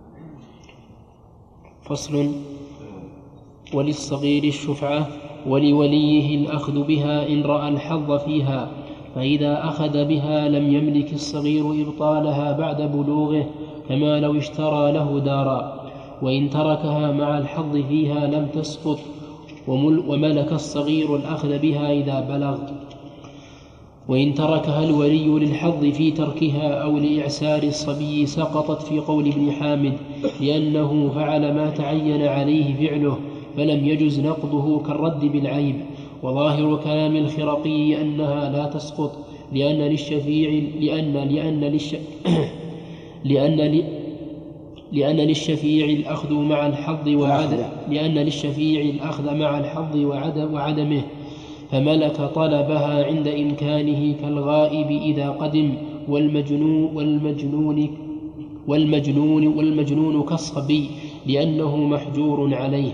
فصل. وللصغير الشفعة ولوليه الأخذ بها إن رأى الحظ فيها، فإذا أخذ بها لم يملك الصغير إبطالها بعد بلوغه، كما لو اشترى له دارا. وإن تركها مع الحظ فيها لم تسقط، وملك الصغير الأخذ بها إذا بلغ. وإن تركها الولي للحظ في تركها أو لإعسار الصبي سقطت في قول ابن حامد، لأنه فعل ما تعين عليه فعله فلم يجز نقضه كالرد بالعيب. وظاهر كلام الخرقي أنها لا تسقط، لأن للشفيع لأن لأن للش لأن ل... لأن للشفيع الأخذ مع الحظ وعدم لأن للشفيع الأخذ مع الحظ وعدم وعدمه، فملك طلبها عند إمكانه كالغائب إذا قدم، والمجنون والمجنون والمجنون والمجنون كالصبي لأنه محجور عليه.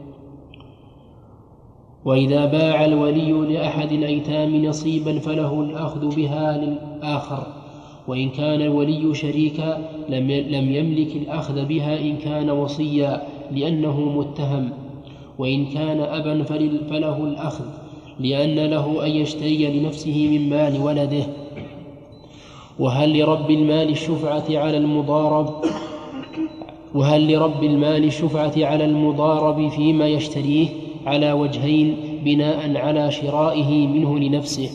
وإذا باع الولي لأحد الأيتام نصيبا فله الأخذ بها للآخر، وإن كان الولي شريكا لم يملك الأخذ بها إن كان وصيا لأنه متهم، وإن كان أبا فله الأخذ لأن له أن يشتري لنفسه من مال ولده. وهل لرب المال الشفعة على المضارب وهل لرب المال الشفعة على المضارب فيما يشتريه على وجهين بناء على شرائه منه لنفسه.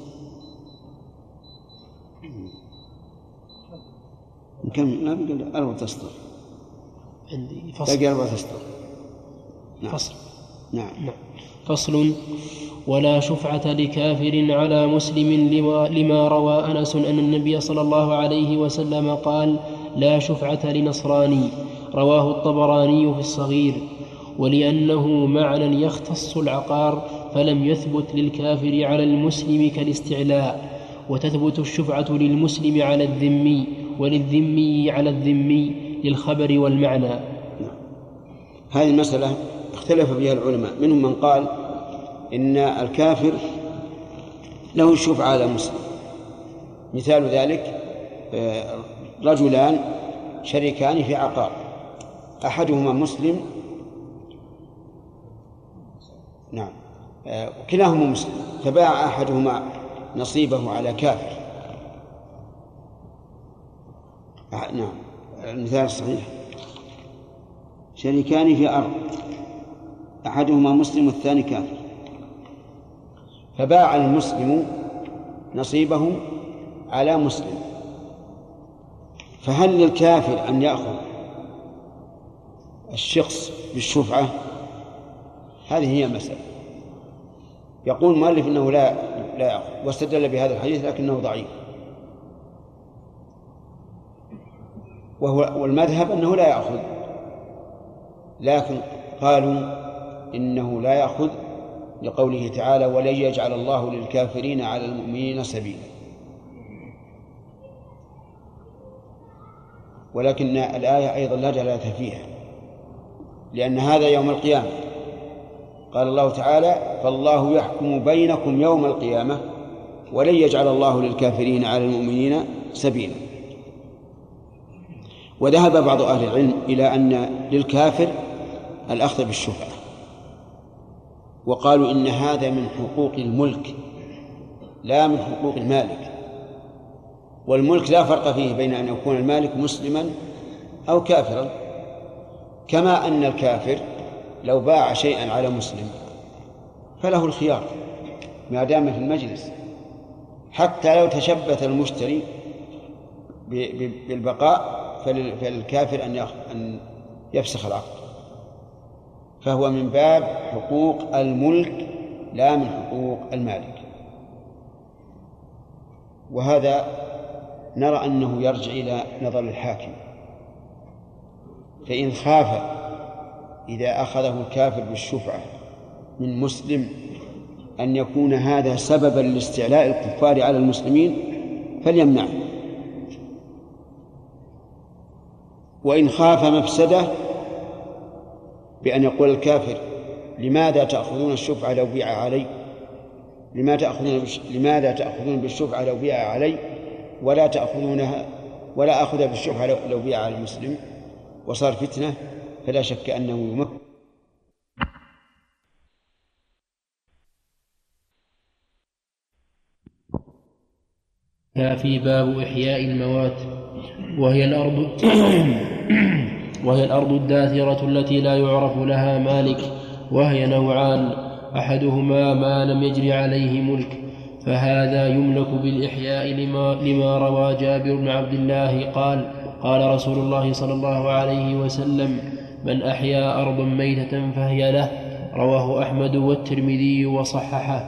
كم نقول أربعة أسطر عندي فصل باقي أربعة أسطر. نعم. فصل. نعم. فصل. ولا شفعة لكافر على مسلم لما, لما روى أنس أن النبي صلى الله عليه وسلم قال: لا شفعة لنصراني، رواه الطبراني في الصغير. ولأنه معنى يختص العقار، فلم يثبت للكافر على المسلم كالاستعلاء، وتثبت الشفعة للمسلم على الذمي، وللذمي على الذمي للخبر والمعنى. هذه المسألة اختلف فيها العلماء، منهم من قال إن الكافر له الشفعة على المسلم. مثال ذلك رجلان شريكان في عقار، أحدهما مسلم، نعم، كلاهما مسلم، فباع أحدهما نصيبه على كافر. نعم، المثال الصحيح: شريكان في أرض، أحدهما مسلم والثاني كافر، فباع المسلم نصيبه على مسلم، فهل للكافر أن يأخذ الشخص بالشفعة؟ هذه هي المسألة. يقول المؤلف إنه لا لا يأخذ، واستدل بهذا الحديث لكنه ضعيف، وهو والمذهب أنه لا يأخذ، لكن قالوا إنه لا يأخذ لقوله تعالى: ولن يجعل الله للكافرين على المؤمنين سبيلا. ولكن الآية أيضا لا دلالة فيها، لأن هذا يوم القيامة. قال الله تعالى: فالله يحكم بينكم يوم القيامة ولن يجعل الله للكافرين على المؤمنين سبيلا. وذهب بعض أهل العلم إلى أن للكافر الأخذ بالشفعة، وقالوا إن هذا من حقوق الملك لا من حقوق المالك، والملك لا فرق فيه بين أن يكون المالك مسلما أو كافرا، كما أن الكافر لو باع شيئا على مسلم فله الخيار ما دام في المجلس، حتى لو تشبث المشتري بالبقاء فللكافر أن يفسخ العقد. فهو من باب حقوق الملك لا من حقوق المالك. وهذا نرى أنه يرجع إلى نظر الحاكم، فإن خاف إذا أخذه الكافر بالشفعة من مسلم أن يكون هذا سببا لاستعلاء الكفار على المسلمين فليمنعه، وإن خاف مفسدة بأن يقول الكافر: لماذا تأخذون الشفعة لو بيع علي؟ لماذا تأخذون لماذا تأخذون بالشفعة لو بيع علي ولا تأخذونها ولا أخذ بالشفعة لو بيع على المسلم؟ وصار فتنة، فلا شك أنه يمكن. في باب إحياء الموات، وهي الأرض وهي الأرض الداثرة التي لا يعرف لها مالك، وهي نوعان: أحدهما ما لم يجر عليه ملك، فهذا يملك بالإحياء لما, لما روى جابر بن عبد الله قال: قال رسول الله صلى الله عليه وسلم: من أحيا أرضا ميتة فهي له، رواه أحمد والترمذي وصححه.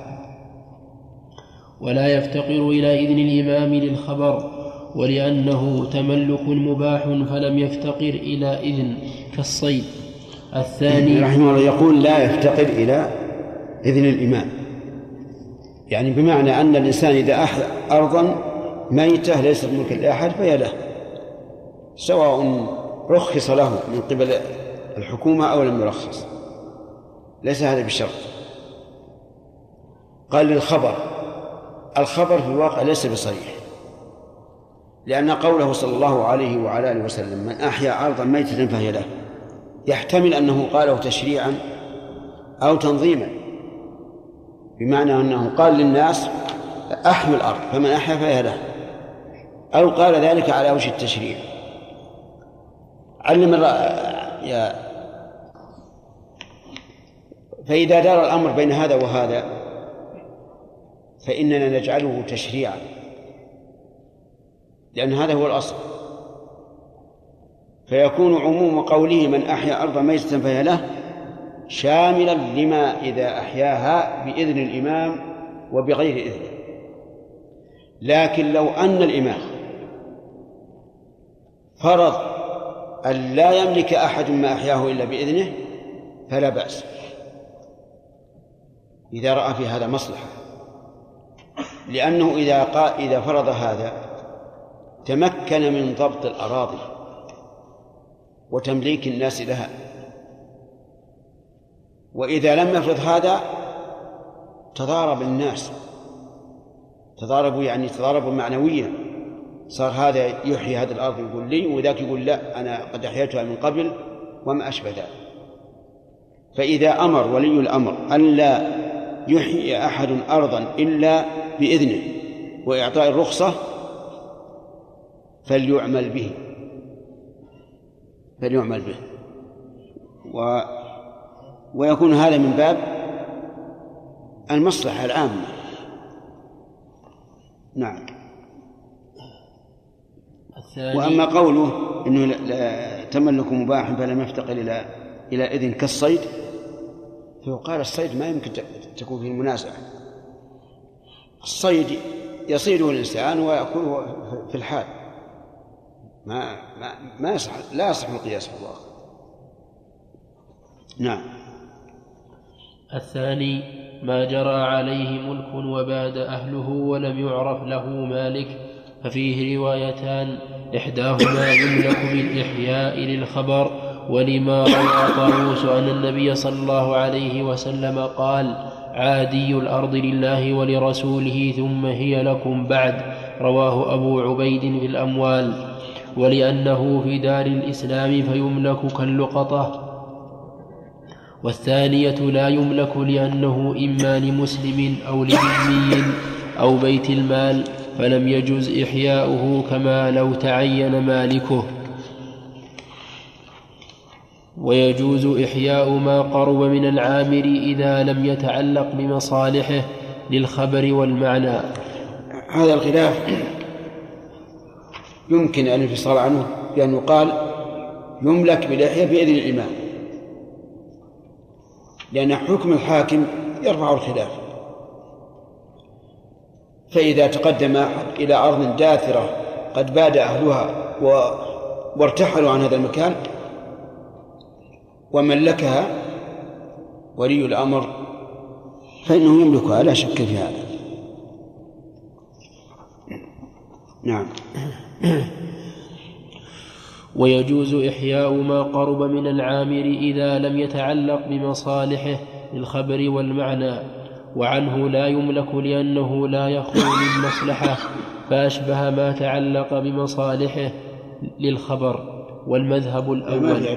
ولا يفتقر إلى إذن الإمام للخبر، ولأنه تملك مباح فلم يفتقر إلى إذن كالصيد. الثاني رحمه الله يقول: لا يفتقر إلى إذن الإمام، يعني بمعنى أن الإنسان إذا أحيا أرضا ميتة ليست ملكا لأحد فهي له، سواء رخص له من قبل الحكومة أو لم يرخص، ليس هذا بشرط. قال للخبر، الخبر في الواقع ليس بصريح، لأن قوله صلى الله عليه وعلى آله وسلم: من أحيا أرضا ميتة فهي له، يحتمل أنه قاله تشريعا أو تنظيما، بمعنى أنه قال للناس: أحيوا الأرض، فمن أحيا فهي له، أو قال ذلك على وجه التشريع. علم يا فإذا دار الأمر بين هذا وهذا فإننا نجعله تشريعا، لأن هذا هو الأصل، فيكون عموم قوله من أحيا أرضا ميتة فهي له شاملا لما إذا أحياها بإذن الإمام وبغير إذنه. لكن لو أن الإمام فرض أن لا يملك أحد ما أحياه إلا بإذنه فلا بأس إذا رأى في هذا مصلحة، لأنه إذا قال إذا فرض هذا تمكن من ضبط الأراضي وتمليك الناس لها، وإذا لم يفرض هذا تضارب الناس، تضاربوا يعني تضاربوا معنويا، صار هذا يحيي هذه الأرض يقول لي وذاك يقول لا أنا قد أحييتها من قبل وما أشبه ذلك. فإذا أمر ولي الأمر أن لا يحيي أحد أرضا إلا بإذنه وإعطاء الرخصة فليعمل به فليعمل به و ويكون هذا من باب المصلحة العامة. نعم. وأما قوله إنه لا تملك مباح فلم يفتقر إلى إلى إذن كالصيد، فيقال الصيد ما يمكن تكون فيه المنازعة. الصيد يصيده الإنسان ويأكله في الحال، ما ما ما يصح لا يصح القياس في الواقع. نعم. الثاني ما جرى عليه ملك وباد أهله ولم يعرف له مالك، ففيه روايتان إحداهما يملك بالإحياء للخبر، ولما روى طاووس أن النبي صلى الله عليه وسلم قال عادي الأرض لله ولرسوله ثم هي لكم بعد، رواه أبو عبيد في الأموال، ولأنه في دار الإسلام فيملك كاللقطة. والثانية لا يملك لأنه إما لمسلم أو لذمي أو بيت المال، فلم يجوز إحياؤه كما لو تعين مالكه. ويجوز إحياء ما قرب من العامر إذا لم يتعلق بمصالحه للخبر والمعنى. هذا الخلاف يمكن أن يفصل عنه بأن يقال يملك بالإحياء بإذن الإمام، لأن حكم الحاكم يرفع الخلاف. فإذا تقدم أحد إلى أرض داثرة قد باد أهلها وارتحلوا عن هذا المكان وملكها ولي الأمر فإنه يملكها لا شك في هذا. نعم. ويجوز إحياء ما قرب من العامر إذا لم يتعلق بمصالحه للخبر والمعنى، وعنه لا يملك لأنه لا يخلو من مصلحة، فأشبه ما تعلق بمصالحه للخبر. والمذهب الأول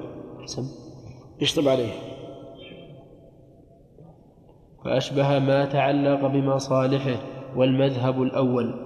يشطب عليه فأشبه ما تعلق بمصالحه. والمذهب الأول.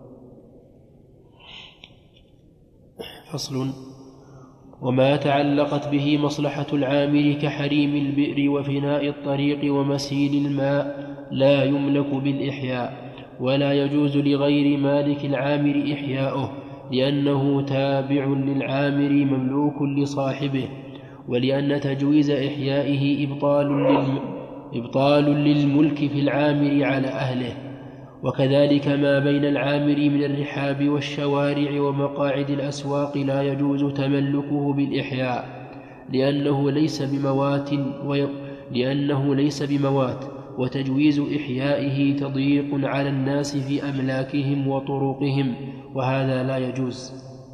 فصل. وما تعلقت به مصلحة العامر كحريم البئر وفناء الطريق ومسيل الماء لا يملك بالإحياء، ولا يجوز لغير مالك العامر إحياؤه، لأنه تابع للعامر مملوك لصاحبه، ولأن تجويز إحيائه إبطال, للم... إبطال للملك في العامر على أهله. وكذلك ما بين العامر من الرحاب والشوارع ومقاعد الأسواق لا يجوز تملكه بالإحياء، لأنه ليس بموات وي... لأنه ليس بموات وتجويز إحيائه تضييق على الناس في أملاكهم وطرقهم، وهذا لا يجوز.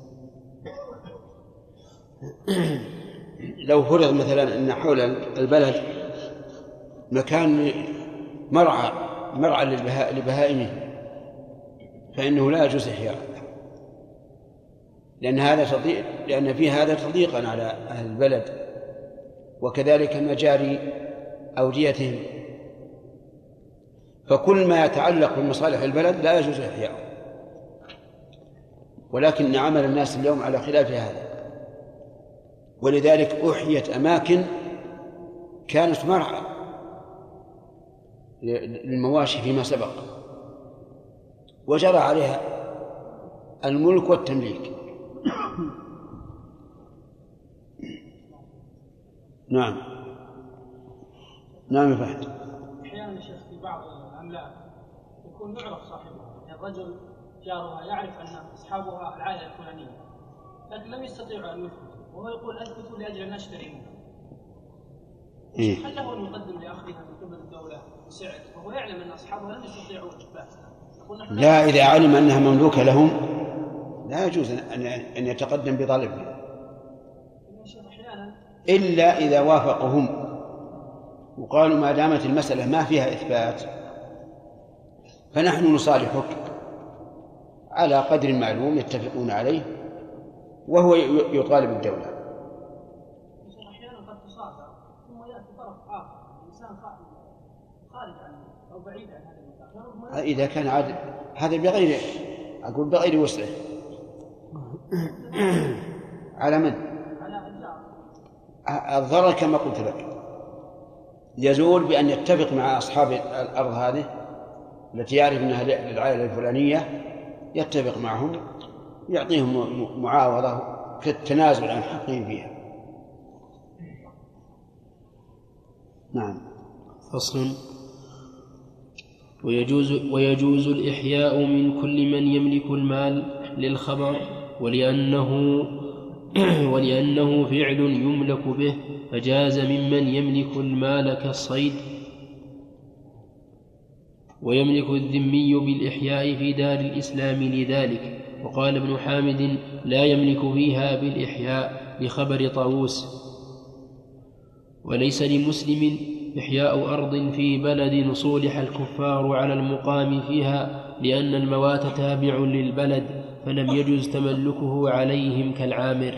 لو فرض مثلا أن حول البلد مكان مرعى مرعى لبهائمه فإنه لا يجوز إحياء، لأن هذا تضييق، لأن فيه هذا تضييقا على أهل البلد، وكذلك مجاري أوديتهم. فكل ما يتعلق بمصالح البلد لا يجوز إحياؤه، ولكن عمل الناس اليوم على خلاف هذا، ولذلك أحيت أماكن كانت مرعى للمواشي فيما سبق وجرى عليها الملك والتمليك. نعم. نعم يا فهد. أحيانا يا شيخ في بعض الأملاك يكون يعرف صاحبها، يعني الرجل جارها يعرف أن أصحابها العائلة الفلانية، لكن لم يستطيعوا أن يثبتوا، وهو يقول أثبتوا لأجل أن أشتري منها. إيه؟ هل له أن يقدم لأخذها من قبل الدولة بسعر وهو يعلم أن أصحابها لم يستطيعوا إثباتها؟ لا، إذا علم أنها مملوكة لهم لا يجوز أن يتقدم بطلبها إلا إذا وافقهم وقالوا ما دامت المسألة ما فيها إثبات فنحن نصالحك على قدر معلوم يتفقون عليه وهو يطالب الدولة. أحيانا قد تصادر ثم يأتي طرف آخر إنسان خارج عنه أو بعيد عن هذا المكان إذا كان عادل هذا بغير أقول بغير وسعه. على من؟ الضرر كما قلت لك يزول بأن يتفق مع أصحاب الأرض هذه التي يعرف أنها للعائلة الفلانية، يتفق معهم يعطيهم معاوضة كالتنازل عن حقهم فيها. نعم. فصل. ويجوز, ويجوز الإحياء من كل من يملك المال للخبر، ولأنه ولأنه فعل يملك به فجاز ممن يملك المال كالصيد. ويملك الذمي بالإحياء في دار الإسلام لذلك، وقال ابن حامد لا يملك فيها بالإحياء لخبر طاووس. وليس لمسلم إحياء أرض في بلد صولح الكفار على المقام فيها، لأن الموات تابع للبلد فلم يجز تملكه عليهم كالعامر.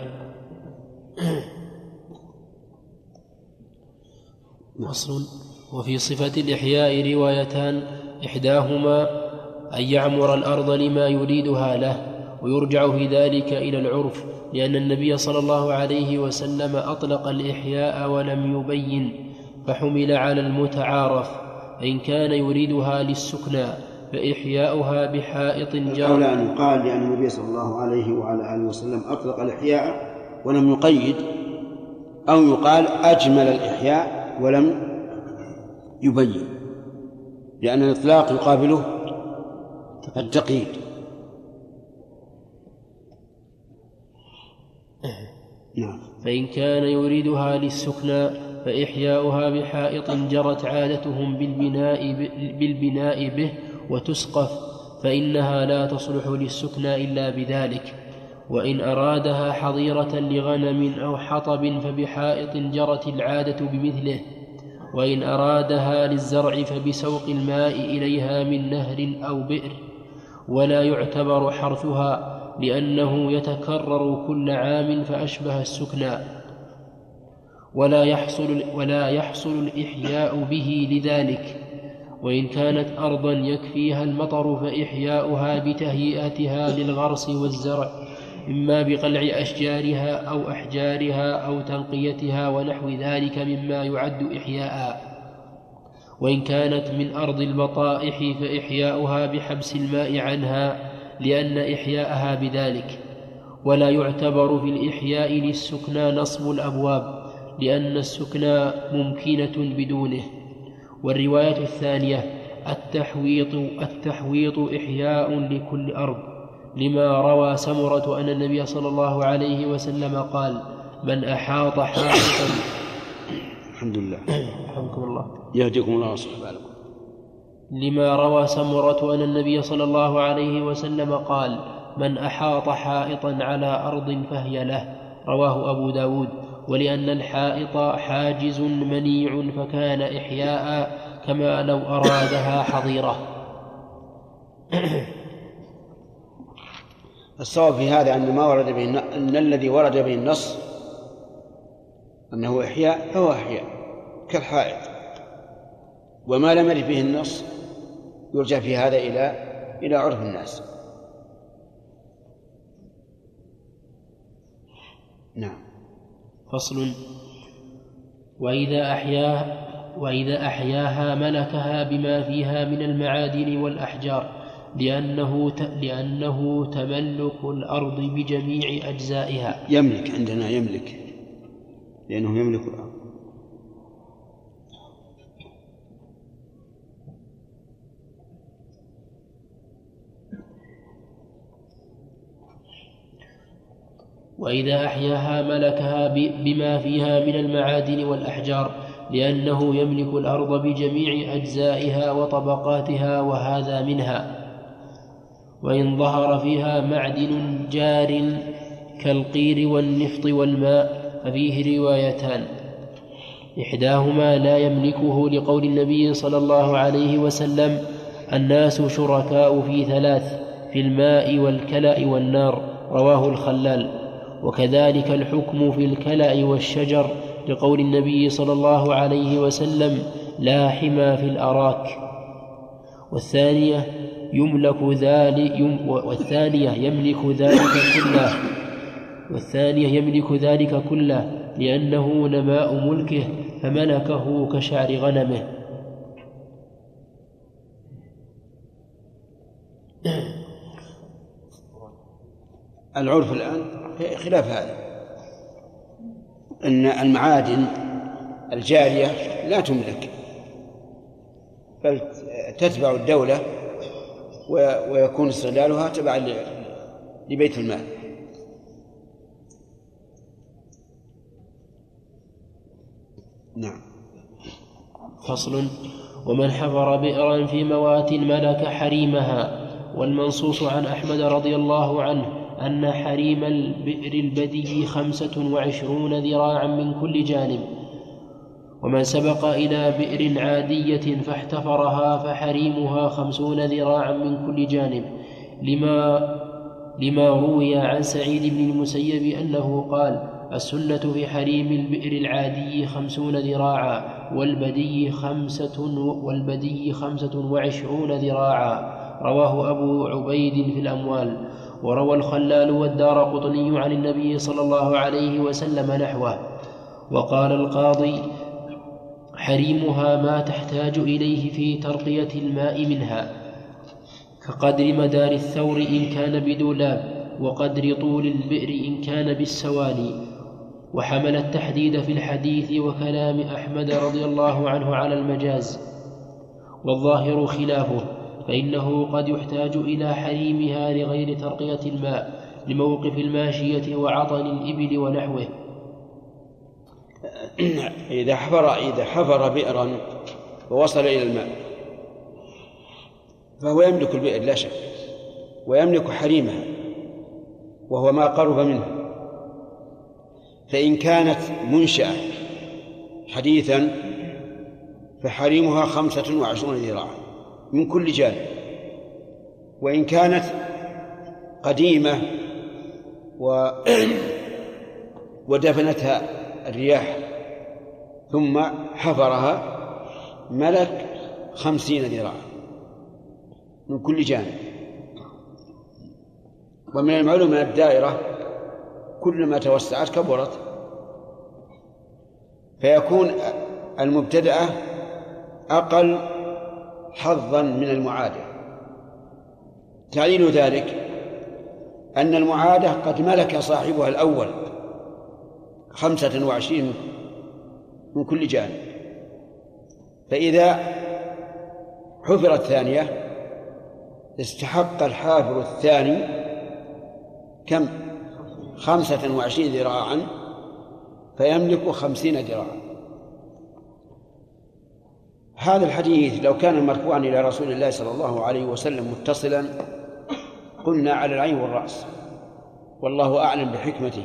فصل. وفي صفة الإحياء روايتان، إحداهما أن يعمر الأرض لما يريدها له، ويرجع في ذلك إلى العرف، لأن النبي صلى الله عليه وسلم أطلق الإحياء ولم يبين، فحمل على المتعارف، فإن كان يريدها للسكنى فإحياؤها بحائط جار. قال أن يقال لأن النبي صلى الله عليه وعلى آله وسلم أطلق الإحياء ولم يقيد، أو يقال أجمل الإحياء ولم يبين، لأن الإطلاق يقابله التقييد. نعم. فإن كان يريدها للسكنى فإحياؤها بحائط جرت عادتهم بالبناء, بالبناء به وتسقف، فإنها لا تصلح للسكنى إلا بذلك. وإن أرادها حظيرة لغنم أو حطب فبحائط جرت العادة بمثله. وإن أرادها للزرع فبسوق الماء إليها من نهر أو بئر، ولا يعتبر حرثها لأنه يتكرر كل عام فأشبه السكنى، ولا يحصل, ولا يحصل الإحياء به لذلك. وإن كانت أرضا يكفيها المطر فإحياؤها بتهيئتها للغرس والزرع، إما بقلع أشجارها أو أحجارها أو تنقيتها ونحو ذلك مما يعد إحياء. وإن كانت من أرض البطائح فإحياؤها بحبس الماء عنها، لأن إحياءها بذلك. ولا يعتبر في الإحياء للسكنى نصب الأبواب، لأن السكنى ممكنة بدونه. والرواية الثانية التحويط, التحويط إحياء لكل أرض، لما روى سمرة أن النبي صلى الله عليه وسلم قال من أحاط حائطا. الحمد لله. رحمكم الله. يهديكم الله ويصلح بالكم. لما روى سمرة أن النبي صلى الله عليه وسلم قال من أحاط حائطا على أرض فهي له، رواه أبو داود. ولأن الحائط حاجز منيع فكان إحياء، كما لو أرادها حظيرة. الصواب في هذا أن ما ورد به أن الذي ورد به النص أنه إحياء فهو إحياء كالحائط، وما لم يرد به النص يرجع في هذا إلى إلى عرف الناس. نعم. فصل. وإذا أحياها, وإذا أحياها ملكها بما فيها من المعادن والأحجار، لأنه, لأنه تملك الأرض بجميع أجزائها. يملك، عندنا يملك، لأنه يملك الأرض. وإذا أحياها ملكها بما فيها من المعادن والأحجار، لأنه يملك الأرض بجميع أجزائها وطبقاتها، وهذا منها. وإن ظهر فيها معدن جار كالقير والنفط والماء ففيه روايتان، إحداهما لا يملكه لقول النبي صلى الله عليه وسلم: الناس شركاء في ثلاث، في الماء والكلأ والنار، رواه الخلال. وكذلك الحكم في الكلأ والشجر لقول النبي صلى الله عليه وسلم: لا حمى في الأراك. والثانية يملك ذلك يم والثانية يملك ذلك كله والثانية يملك ذلك كله لأنه نماء ملكه، فملكه كشعر غنمه. العرف الآن خلاف هذا، أن المعادن الجارية لا تملك، بل تتبع الدولة ويكون استغلالها تبعا لبيت المال. نعم. فصل: ومن حفر بئرا في موات ملك حريمها. والمنصوص عن أحمد رضي الله عنه أن حريم البئر البدي خمسة وعشرون ذراعا من كل جانب. ومن سبق إلى بئر عادية فاحتفرها فحريمها خمسون ذراعا من كل جانب، لما, لما روي عن سعيد بن المسيب أنه قال: السنة في حريم البئر العادي خمسون ذراعا، والبدي خمسة, والبدي خمسة وعشرون ذراعا. رواه أبو عبيد في الأموال. وروى الخلال والدارقطني عن النبي صلى الله عليه وسلم نحوه. وقال القاضي: حريمها ما تحتاج إليه في ترقية الماء منها، كقدر مدار الثور إن كان بدولاب، وقدر طول البئر إن كان بالسواني. وحمل التحديد في الحديث وكلام أحمد رضي الله عنه على المجاز، والظاهر خلافه، فإنه قد يحتاج إلى حريمها لغير ترقية الماء، لموقف الماشية وعطن الإبل ونحوه. إذا حفر إذا حفر بئرا ووصل إلى الماء فهو يملك البئر لا شك، ويملك حريمها وهو ما قرب منه. فإن كانت منشأة حديثا فحريمها خمسة وعشرون ذراعا من كل جانب، وإن كانت قديمة و... ودفنتها الرياح ثم حفرها ملك خمسين ذراعا من كل جانب. ومن المعلوم أن الدائرة كلما توسعت كبرت، فيكون المبتدأة أقل حظا من المعادة. تعليل ذلك أن المعادة قد ملك صاحبها الأول خمسة وعشرين من كل جانب، فإذا حفرت ثانية استحق الحافر الثاني كم؟ خمسة وعشرين ذراعا، فيملك خمسين ذراعا. هذا الحديث لو كان مرفوعا إلى رسول الله صلى الله عليه وسلم متصلا قلنا على العين والرأس، والله أعلم بحكمته،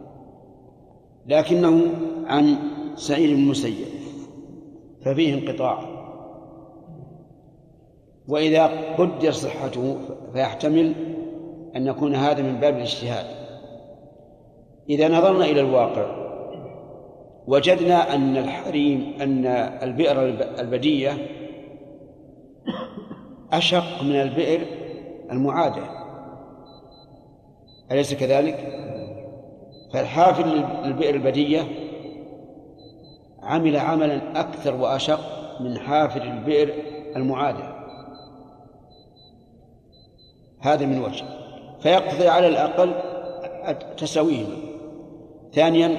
لكنه عن سعيد بن المسيب ففيه انقطاع، وإذا قدر صحته فيحتمل أن يكون هذا من باب الاجتهاد. إذا نظرنا إلى الواقع وجدنا أن الحريم أن البئر البدية أشق من البئر المعادة، أليس كذلك؟ فالحافر للبئر البدية عمل عملا أكثر وأشق من حافر البئر المعادة، هذا من وجه، فيقضي على الأقل تساويهما. ثانيا،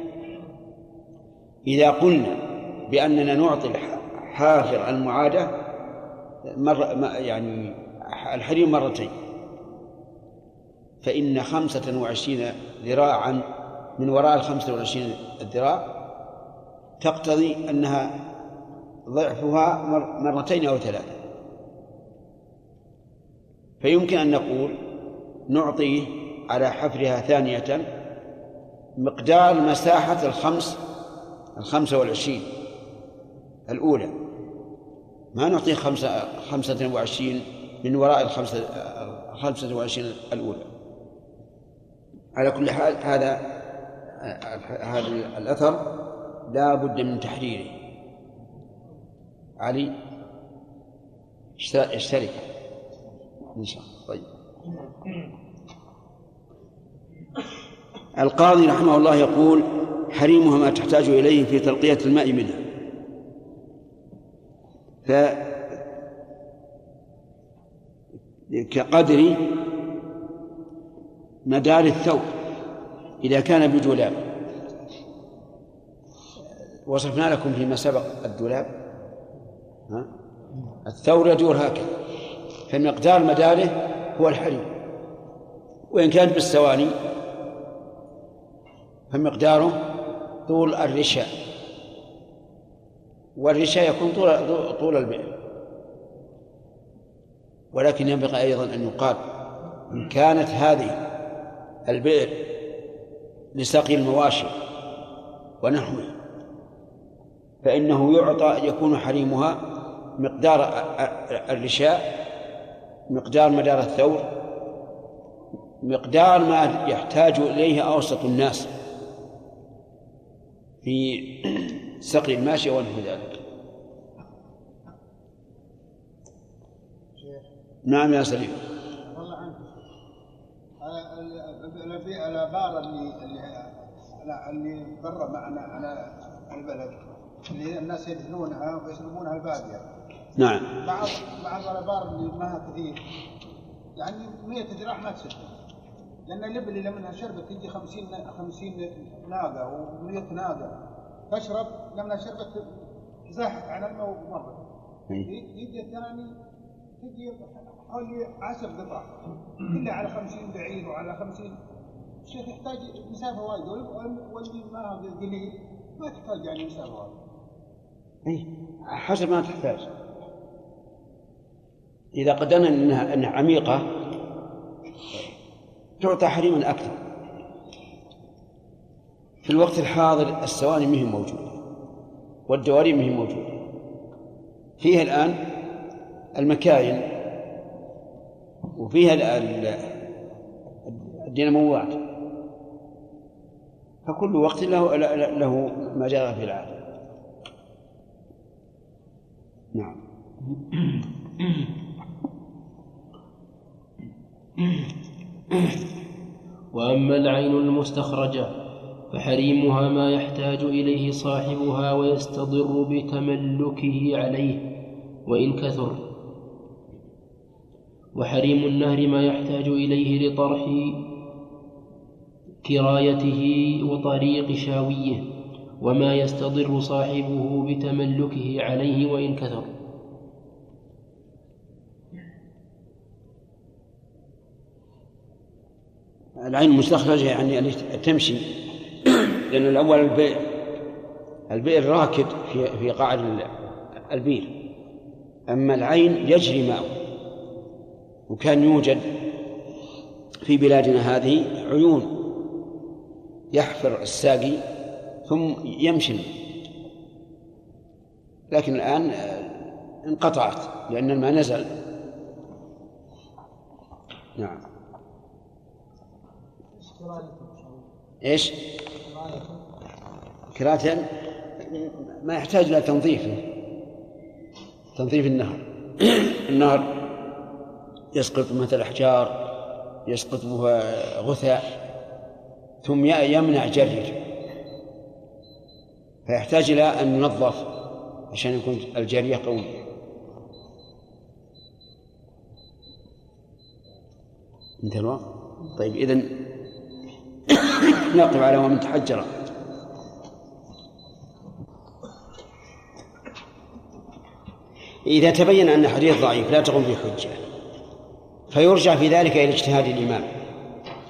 إذا قلنا بأننا نعطي الحافر المعادة مرة يعني الحريم مرتين، فإن خمسة وعشرين ذراعا من وراء الخمسة والعشرين الذراع تقتضي أنها ضعفها مرتين أو ثلاثة. فيمكن أن نقول نعطيه على حفرها ثانية مقدار مساحة الخمس الخمسة والعشرين الأولى، ما نعطيه خمسة, خمسة وعشرين من وراء الخمسة, الخمسة وعشرين الأولى. على كل حال هذا هذا الأثر لا بد من تحريره. علي اشترك إن شاء الله. طيب. القاضي رحمه الله يقول حريمها ما تحتاج إليه في تلقية الماء منها. ف كقدر مدار الثوب إذا كان بجلاب. وصفنا لكم فيما سبق الدولاب، ها؟ الثور يدور هكذا، فمقدار مداره هو الحريم. وإن كانت بالسواني فمقداره طول الرشاء، والرشاء يكون طول, طول البئر. ولكن ينبغي أيضا أن يقال إن كانت هذه البئر لسقي المواشي ونحوه فإنه يعطى يكون حريمها مقدار الرشاء، مقدار مدار الثور، مقدار ما يحتاج إليه أوسط الناس في سقي الماشية ونحو ذلك. نعم يا سليم. والله عنك العبارة اللي اللي اللي برا معنا على البلد اللي الناس يدهنونها ويشربونها البادية. نعم. بعض بعض العبارة اللي ما كثير يعني مية جراح ما تسد، لأن اللب اللي منها شربت تجي خمسين خمسين ناقة ومية ناقة تشرب، لما شربت زاحت على الماء ومرت. يجي الثاني تجي حوالي عشر قطع كلها على خمسين بعير وعلى خمسين. الشيخ يحتاج مسافة وايد، واللي ما قليل ما تحتاج يعني مسافة وايد. إيه حسب ما تحتاج. إذا قدرنا أنها أنها عميقة تعطى حريما أكثر. في الوقت الحاضر السواني مهم موجودة والدواري مهم موجودة، فيها الآن المكاين وفيها الديناموات، فكل وقت له له ما جرى في العالم. نعم. وأما العين المستخرجة فحريمها ما يحتاج إليه صاحبها ويستضر بتملكه عليه وإن كثر، وحريم النهر ما يحتاج إليه لطرح كرايته وطريق شاويه، وما يستضر صاحبه بتملكه عليه وإن كثر. العين المستخرجة يعني أن تمشي، لأن الأول البئر البئر راكد في في قاع البير، أما العين يجري ماءه. وكان يوجد في بلادنا هذه عيون يحفر الساقي ثم يمشي، لكن الآن انقطعت لأن الماء نزل. نعم. إيش؟ كراتا ما يحتاج إلى تنظيفه، تنظيف النهر. النهر يسقط مثل أحجار، يسقط غثاء، ثم يمنع جرير، فيحتاج إلى أن ينظف عشان يكون الجرية قوية. انتهى الوقت. طيب إذن نقف على ومن تحجر. إذا تبين أن الحديث ضعيف لا تقوم به حجة، فيرجع في ذلك إلى اجتهاد الإمام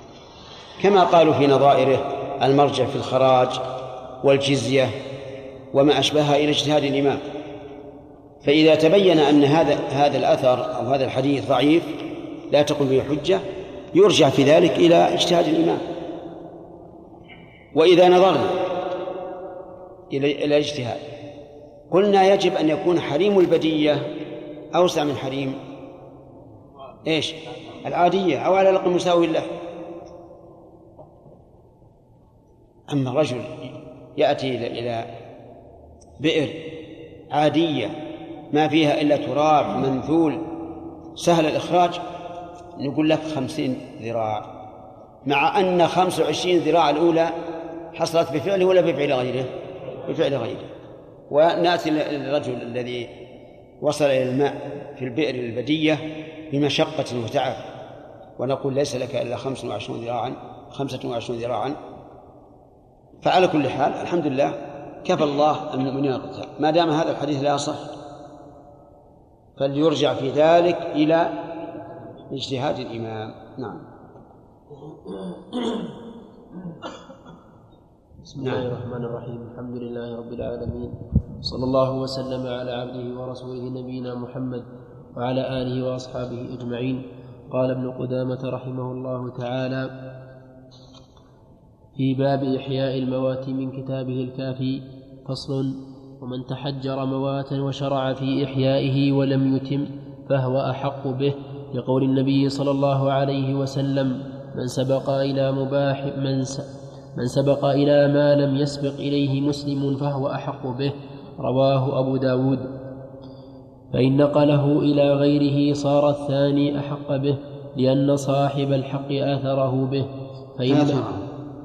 كما قالوا في نظائره المرجع في الخراج والجزية وما أشبهها إلى اجتهاد الإمام. فإذا تبين أن هذا هذا الأثر أو هذا الحديث ضعيف لا تقم به حجة يرجع في ذلك إلى اجتهاد الإمام. وإذا نظرنا إلى الاجتهاد قلنا يجب أن يكون حريم البدية أوسع من حريم إيش العادية أو على الأقل مساوي له. أما رجل يأتي إلى بئر عادية ما فيها إلا تراب منثول سهل الإخراج نقول لك خمسين ذراع، مع أن خمس وعشرين ذراع الأولى حصلت بفعله ولا بفعل غيره؟ بفعل غيره. ونأتي للرجل الذي وصل إلى الماء في البئر البدية بمشقة وتعب ونقول ليس لك إلا خمس وعشرون ذراعا خمسة وعشرون ذراعا. فعلى كل حال الحمد لله كفى الله المؤمنين القتال. ما دام هذا الحديث لا يصح فليرجع في ذلك إلى اجتهاد الإمام. نعم. بسم الله الرحمن الرحيم. الحمد لله رب العالمين، صلى الله وسلم على عبده ورسوله نبينا محمد وعلى آله وأصحابه أجمعين. قال ابن قدامة رحمه الله تعالى في باب إحياء الموات من كتابه الكافي: فصل: ومن تحجر مواتا وشرع في إحيائه ولم يتم فهو أحق به، لقول النبي صلى الله عليه وسلم: من سبق إلى مباح من, من سبق إلى ما لم يسبق إليه مسلم فهو أحق به. رواه أبو داود. فإن نقله إلى غيره صار الثاني أحق به، لأن صاحب الحق آثره به. فإن آثره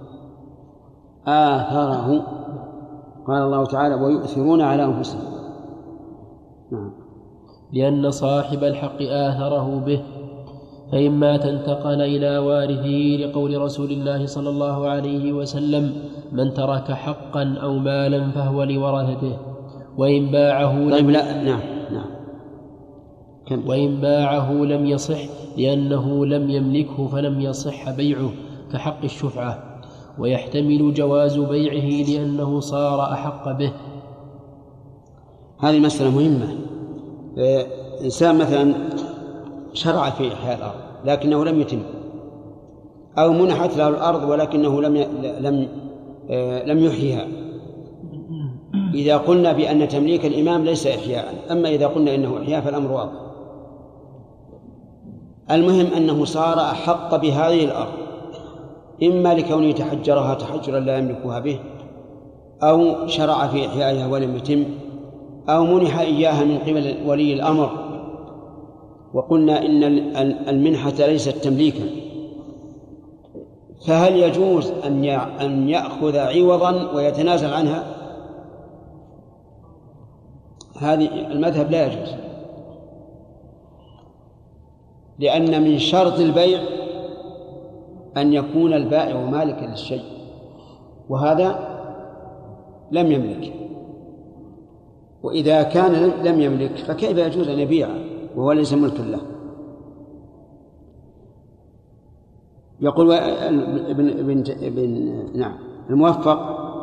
آثره قال الله تعالى: ويؤثرون على أنفسهم. نعم. لأن صاحب الحق آثره به. فإما تنتقل إلى وارثه، لقول رسول الله صلى الله عليه وسلم: من ترك حقا أو مالا فهو لورثته، وإن باعه طيب لا نعم نعم كم. وإن باعه لم يصح، لأنه لم يملكه فلم يصح بيعه كحق الشفعة. ويحتمل جواز بيعه لأنه صار أحق به. هذه مسألة مهمة. إنسان مثلا شرع في إحياء الأرض لكنه لم يتم، أو منحت له الأرض ولكنه لم لم لم يحييها. إذا قلنا بأن تمليك الإمام ليس إحياء، أما إذا قلنا إنه إحياء فالأمر واضح. المهم أنه صار أحق بهذه الأرض، إما لكونه تحجرها تحجرا لا يملكها به، أو شرع في إحيائها ولم يتم، أو منح إياها من قبل ولي الأمر. وقلنا إن المنحة ليست تمليكا، فهل يجوز أن يأخذ عوضا ويتنازل عنها؟ هذه المذهب لا يجوز، لأن من شرط البيع أن يكون البائع مالكا للشيء، وهذا لم يملك. وإذا كان لم يملك فكيف يجوز أن يبيعه وهو ليس ملك له؟ يقول ابن ابن ابن نعم الموفق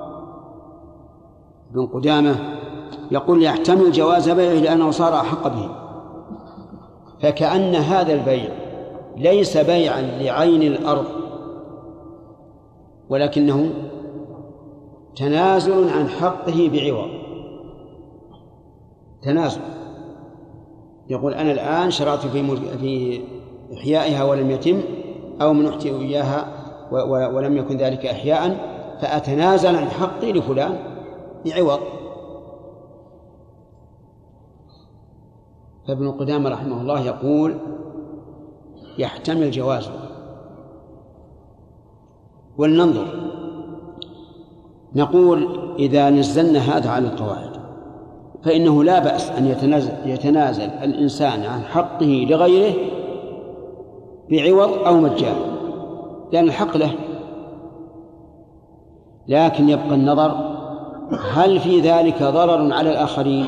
بن قدامة يقول: يحتمل جواز بيعه لأنه صار أحق به. فكأن هذا البيع ليس بيعا لعين الأرض، ولكنه تنازل عن حقه بعوض. تنازل، يقول: أنا الآن شرعت في في إحيائها ولم يتم، أو من أحيي إياها ولم يكن ذلك إحياء، فأتنازل عن حقي لفلان بعوض. فابن قدامة رحمه الله يقول: يحتمل جوازه. ولننظر، نقول إذا نزلنا هذا على القواعد فإنه لا بأس أن يتنازل, يتنازل الإنسان عن حقه لغيره بعوض أو مجانا، لأن الحق له. لكن يبقى النظر: هل في ذلك ضرر على الآخرين؟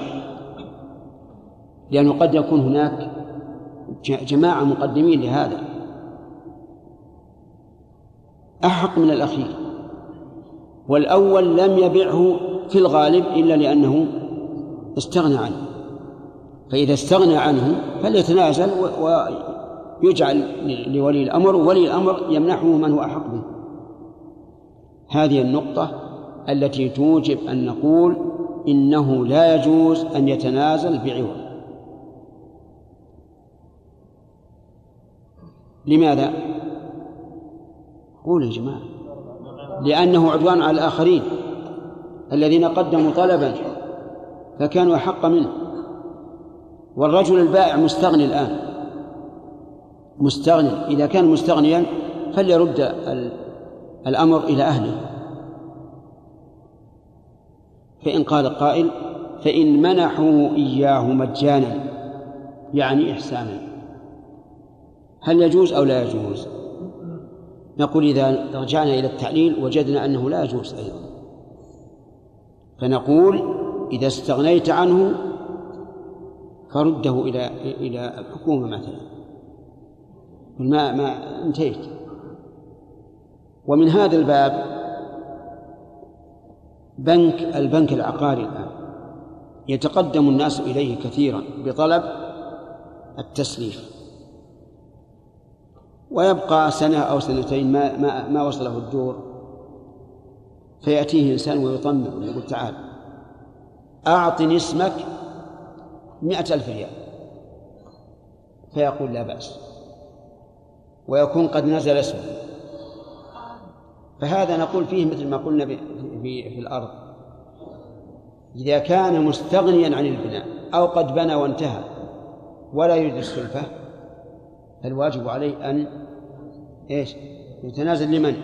لأنه قد يكون هناك جماعة مقدمين لهذا. أحق من الأخير، والأول لم يبعه في الغالب إلا لأنه استغنى عنه، فإذا استغنى عنه فليتنازل ويجعل لولي الأمر، وولي الأمر يمنحه من هو أحق به. هذه النقطة التي توجب أن نقول إنه لا يجوز أن يتنازل بعوض. لماذا؟ قولوا يا جماعة. لأنه عدوان على الآخرين الذين قدموا طلبا فكانوا أحق منه، والرجل البائع مستغني الآن، مستغني. إذا كان مستغنيا فليرد الأمر إلى أهله. فإن قال قائل فإن منحوا إياه مجانا يعني إحسانا هل يجوز أو لا يجوز؟ نقول إذا رجعنا إلى التعليل وجدنا أنه لا يجوز أيضا، فنقول إذا استغنيت عنه فرده إلى إلى الحكومة مثلا، ما ما انتهيت. ومن هذا الباب بنك البنك العقاري الآن يتقدم الناس إليه كثيرا بطلب التسليف، ويبقى سنة أو سنتين ما ما ما وصله الدور، فيأتيه إنسان ويطمع ويقول تعال أعطني اسمك مئة ألف ريال، فيقول لا بأس، ويكون قد نزل اسمه. فهذا نقول فيه مثل ما قلنا في, في الأرض، إذا كان مستغنيا عن البناء أو قد بنى وانتهى ولا يريد السلفة فالواجب عليه أن إيش يتنازل لمن؟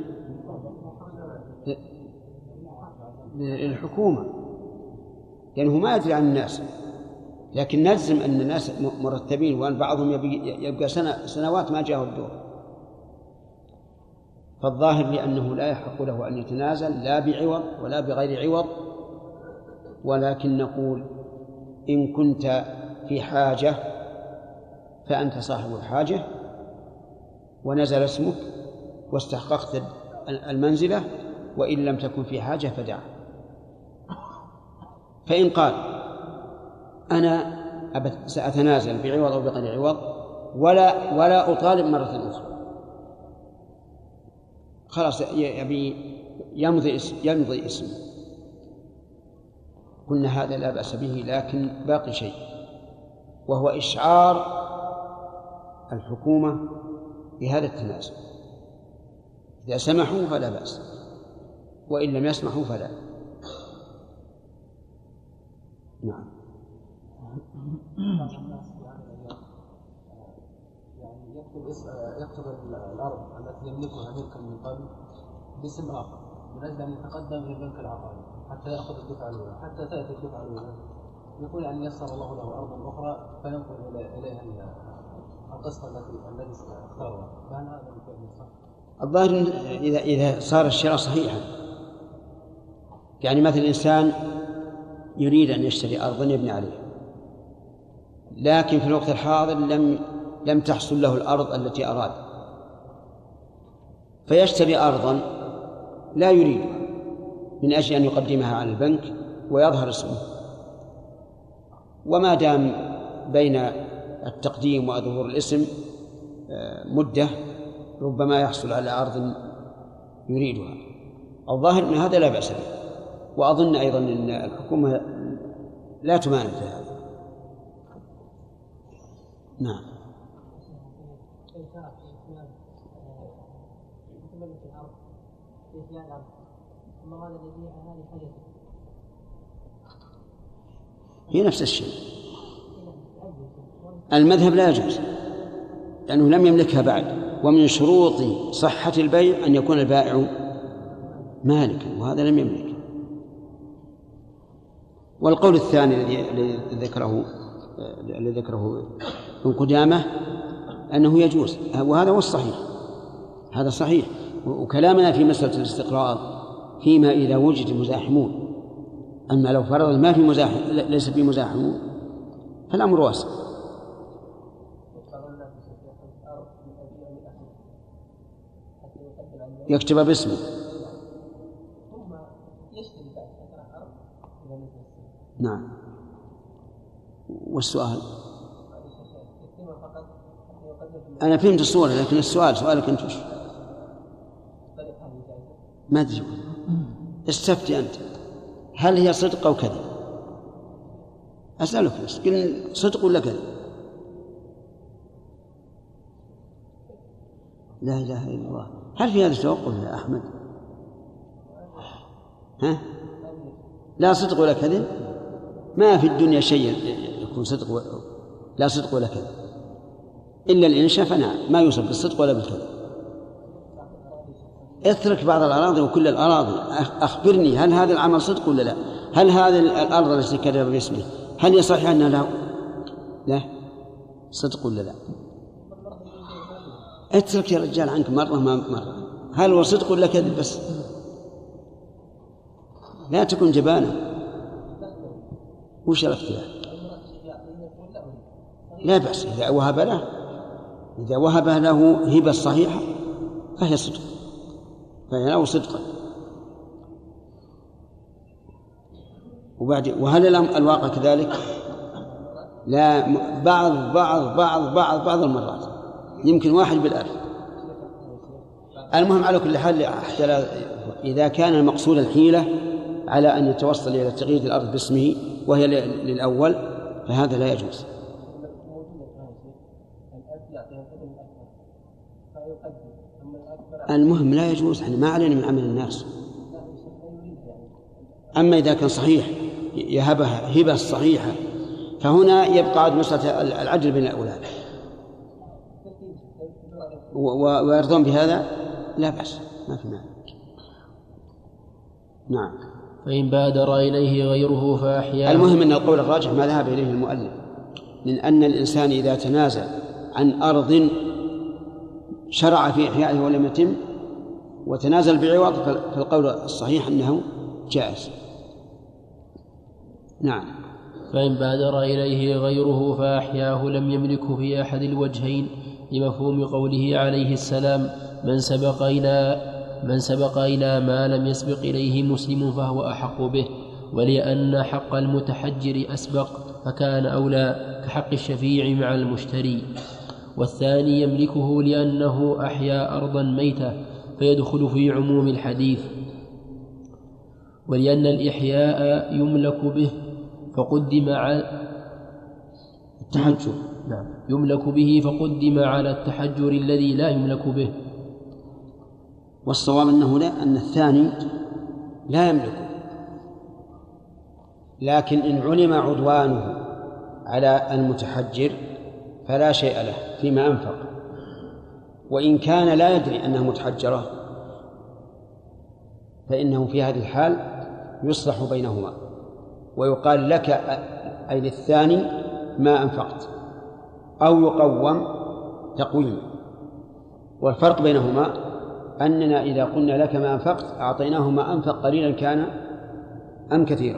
للحكومة، لأنه ما يدري عن الناس، لكن نلزم أن الناس مرتبين، وأن بعضهم يبقى سنة سنوات ما جاءه الدور. فالظاهر لأنه لا يحق له أن يتنازل لا بعوض ولا بغير عوض، ولكن نقول إن كنت في حاجة فأنت صاحب الحاجة ونزل اسمك واستحققت المنزلة، وإن لم تكن في حاجة فدع. فإن قال أنا سأتنازل بعوض أو بغير عوض ولا ولا أطالب مرة أخرى، خلاص يبي يمضي اسم يمضي اسم قلنا هذا لا بأس به، لكن باقي شيء وهو إشعار الحكومة بهذا التنازل. إذا سمحوا فلا بأس، وإن لم يسمحوا فلا. نعم. يعني يكتب يكتب الأرض التي يملكها ملكا من قبل باسم آخر من أجل أن يتقدم إلى البنك العقاري حتى يأخذ الدفعة الأولى، حتى تأتي الدفعة الأولى يقول أن يسر الله له أرضا أخرى فينقل إليها القسط التي الذي اختارها. فهل هذا الفعل صح؟ الظاهر إذا إذا صار الشراء صحيحا، يعني مثل الإنسان يريد أن يشتري أرضا يبني عليها، لكن في الوقت الحاضر لم لم تحصل له الأرض التي أراد، فيشتري أرضا لا يريد من أجل أن يقدمها على البنك ويظهر اسمه، وما دام بين التقديم وظهور الاسم مدة ربما يحصل على أرض يريدها. الظاهر أن هذا لا بأس به، وأظن أيضا أن الحكومة لا تمانع في هذا. نعم. هي نفس الشيء، المذهب لا يجوز لأنه لم يملكها بعد، ومن شروط صحة البيع أن يكون البائع مالكا، وهذا لم يملك. والقول الثاني الذي ذكره الذي ذكره ابن قدامة أنه يجوز، وهذا هو الصحيح، هذا صحيح. وكلامنا في مسألة الاستقراض فيما إذا وجد مزاحمون، أما لو فرض ما في مزاحم ليس في مزاحمون فالأمر واسع. يكتب باسمه ثم يشتري بعد فترة أرض إلى مثل السنة. نعم. والسؤال أنا فهمت الصورة، لكن السؤال سؤالك أنت وش؟ ما أدري، استفتي أنت، هل هي صدق أو كذب؟ أسألك بس، قل صدق ولا كذب؟ لا إله إلا الله. هل في هذا توقف يا أحمد؟ ها؟ لا صدق ولا كذب؟ ما في الدنيا شيء يكون صدق و... لا صدق ولا كذب إلا الإنشاء، فنعم ما يوصف بالصدق ولا بالكذب. اترك بعض الأراضي وكل الأراضي، أخبرني هل هذا العمل صدق ولا لا؟ هل هذه الأرض التي كتب باسمه هل يصح أنها له؟ لا صدق ولا لا؟ اترك يا رجال عنك مرة ما مرة، هل هو صدق ولا كذب بس؟ لا تكن جبانا. وش الاختلاف؟ لا بأس إذا وهب له، إذا وهب له هبة صحيحة فهي صدق، فهي له صدقا. وبعد وهل الواقع كذلك؟ لا، بعض بعض بعض بعض بعض المرات يمكن واحد بالألف. المهم على كل حال إذا كان المقصود الحيلة على أن يتوصل إلى تغيير الأرض باسمه وهي للأول فهذا لا يجوز. المهم لا يجوز، احنا ما علينا من عمل الناس. أما إذا كان صحيح يهبها هبة صحيحة فهنا يبقى مسألة العدل بين الأولاد ويرضون بهذا لا بأس، ما في مانع. نعم. فإن بادر إليه غيره فأحياه. المهم أن القول الراجح ما ذهب إليه المؤلف، من أن الإنسان إذا تنازل عن أرض شرع في إحيائه ولم يتم وتنازل بعوض فالقول الصحيح أنه جائز. نعم. فإن بادر إليه غيره فأحياه لم يملكه في أحد الوجهين لمفهوم قوله عليه السلام: من سبق إلى من سبق إلى ما لم يسبق إليه مسلم فهو أحق به، ولأن حق المتحجر أسبق فكان أولى كحق الشفيع مع المشتري. والثاني يملكه لأنه أحيا أرضا ميتة فيدخل في عموم الحديث، ولأن الإحياء يملك به فقدم على التحجر. نعم، يملك به فقدم على التحجر الذي لا يملك به. والصواب أنه لا، أن الثاني لا يملكه، لكن إن علم عدوانه على المتحجر فلا شيء له فيما أنفق، وإن كان لا يدري أنها متحجرة فإنه في هذه الحال يصلح بينهما ويقال لك أي للثاني ما أنفقت، أو يقوم تقويم. والفرق بينهما أننا إذا قلنا لك ما أنفقت أعطيناه ما أنفق قليلا كان أم كثيرا،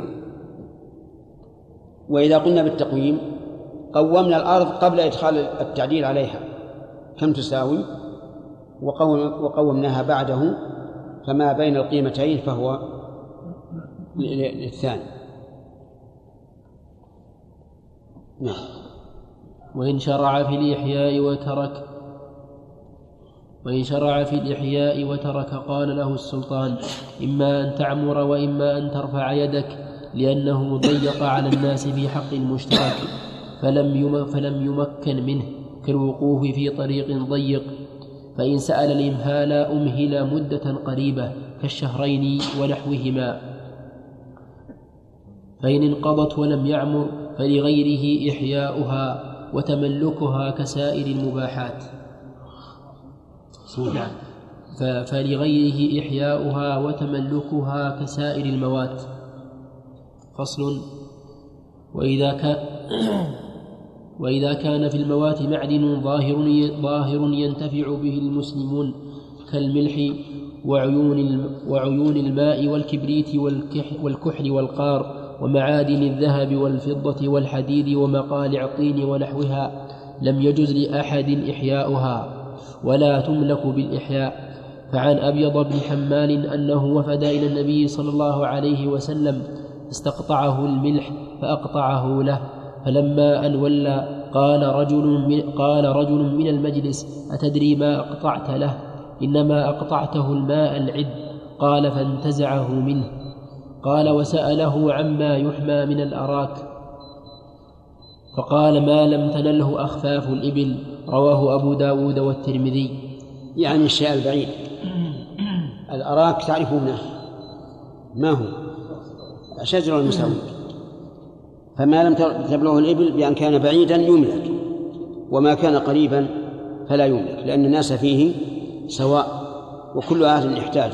وإذا قلنا بالتقويم قومنا الأرض قبل إدخال التعديل عليها كم تساوي وقومناها بعده، فما بين القيمتين فهو للثاني. نعم. وإن شرع في الإحياء وترك وإن شرع في الإحياء وترك قال له السلطان: إما أن تعمر وإما أن ترفع يدك، لأنه ضيق على الناس في حق المشترك فلم فلم يمكن منه كالوقوف في طريق ضيق. فإن سأل الإمهال أمهل مدة قريبة كالشهرين ونحوهما. فإن انقضت ولم يعمر فلغيره إحياؤها وتملكها كسائر المباحات. نعم. فلغيره إحياؤها وتملكها كسائر الموات. فصل. وإذا كان وإذا كان في الموات معدن ظاهر ظاهر ينتفع به المسلمون كالملح وعيون وعيون الماء والكبريت والكحل والقار ومعادن الذهب والفضة والحديد ومقالع الطين ونحوها، لم يجز لأحد إحياؤها ولا تملك بالإحياء، فعن أبيض بن حمال أنه وفد إلى النبي صلى الله عليه وسلم استقطعه الملح فأقطعه له، فلما أن ولى قال رجل من, قال رجل من المجلس: أتدري ما أقطعت له؟ إنما أقطعته الماء العذب. قال: فانتزعه منه. قال: وسأله عما يحمى من الأراك، فقال: ما لم تنله أخفاف الإبل. رواه أبو داود والترمذي. يعني الشيء البعيد. الأراك تعرفونه ما هو؟ شجر المساوي، فما لم تبلغه الإبل بأن كان بعيدا يملك، وما كان قريبا فلا يملك، لأن الناس فيه سواء وكل أهل يحتاج.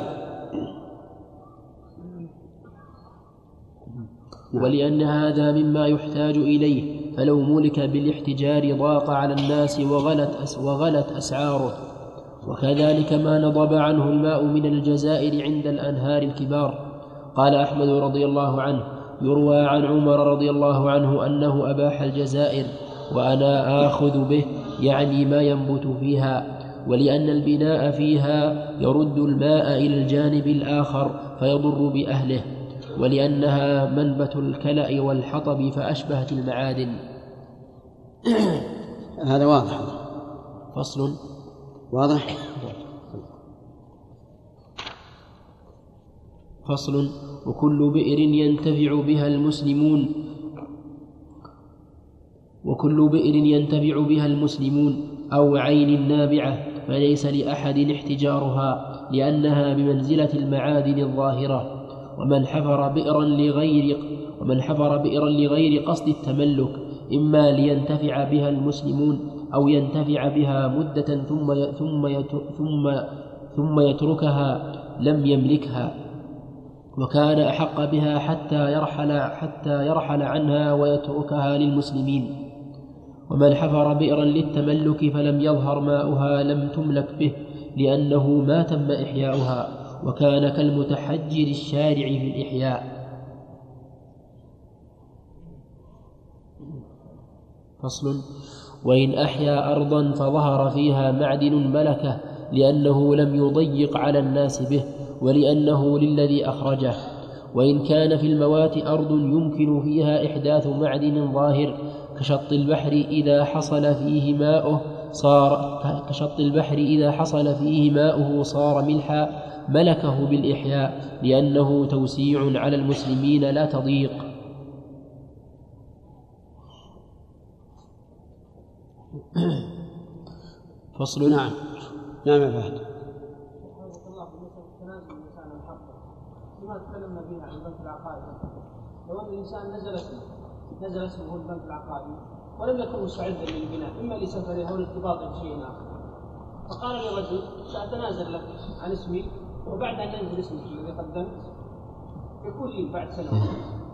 ولأن هذا مما يحتاج إليه، فلو ملك بالاحتجار ضاق على الناس وغلت, وغلت أسعاره. وكذلك ما نضب عنه الماء من الجزائر عند الأنهار الكبار. قال أحمد رضي الله عنه: يروى عن عمر رضي الله عنه أنه أباح الجزائر وأنا آخذ به، يعني ما ينبت فيها، ولأن البناء فيها يرد الماء إلى الجانب الآخر فيضر بأهله، ولأنها منبت الكلأ والحطب فأشبهت المعادن. هذا واضح. فصل. واضح. فصل. وكل بئر ينتفع بها المسلمون وكل بئر ينتفع بها المسلمون أو عين نابعة فليس لأحد احتجارها، لأنها بمنزلة المعادن الظاهرة. ومن حفر بئرا لغير ومن حفر بئرا لغير قصد التملك، إما لينتفع بها المسلمون أو ينتفع بها مدة ثم ثم ثم ثم يتركها، لم يملكها، وكان أحق بها حتى يرحل حتى يرحل عنها ويتركها للمسلمين. ومن حفر بئرا للتملك فلم يظهر ماؤها لم تملك به، لأنه ما تم إحياؤها، وكان كالمتحجر الشارع في الإحياء. فصل. وإن أحيا أرضا فظهر فيها معدن ملكه، لأنه لم يضيق على الناس به، ولأنه للذي أخرجه. وإن كان في الموات أرض يمكن فيها إحداث معدن ظاهر كشط البحر إذا حصل فيه ماؤه صار كشط البحر إذا حصل فيه ماؤه صار ملحا، ملكه بالإحياء، لأنه توسيع على المسلمين لا تضييق. فصل. نعم. نعم يا فهد. ما تكلمنا فيها عن البنك العقاري، لو أن الإنسان نزل اسمه نزل اسمه البنك العقاري ولم يكن مستعدا للبناء، إما لسفره أو لارتباطه بشيء آخر، فقال للرجل: سأتنازل لك عن اسمي، وبعد أن ينزل اسمك الذي قدمت يكون لي بعد سنة.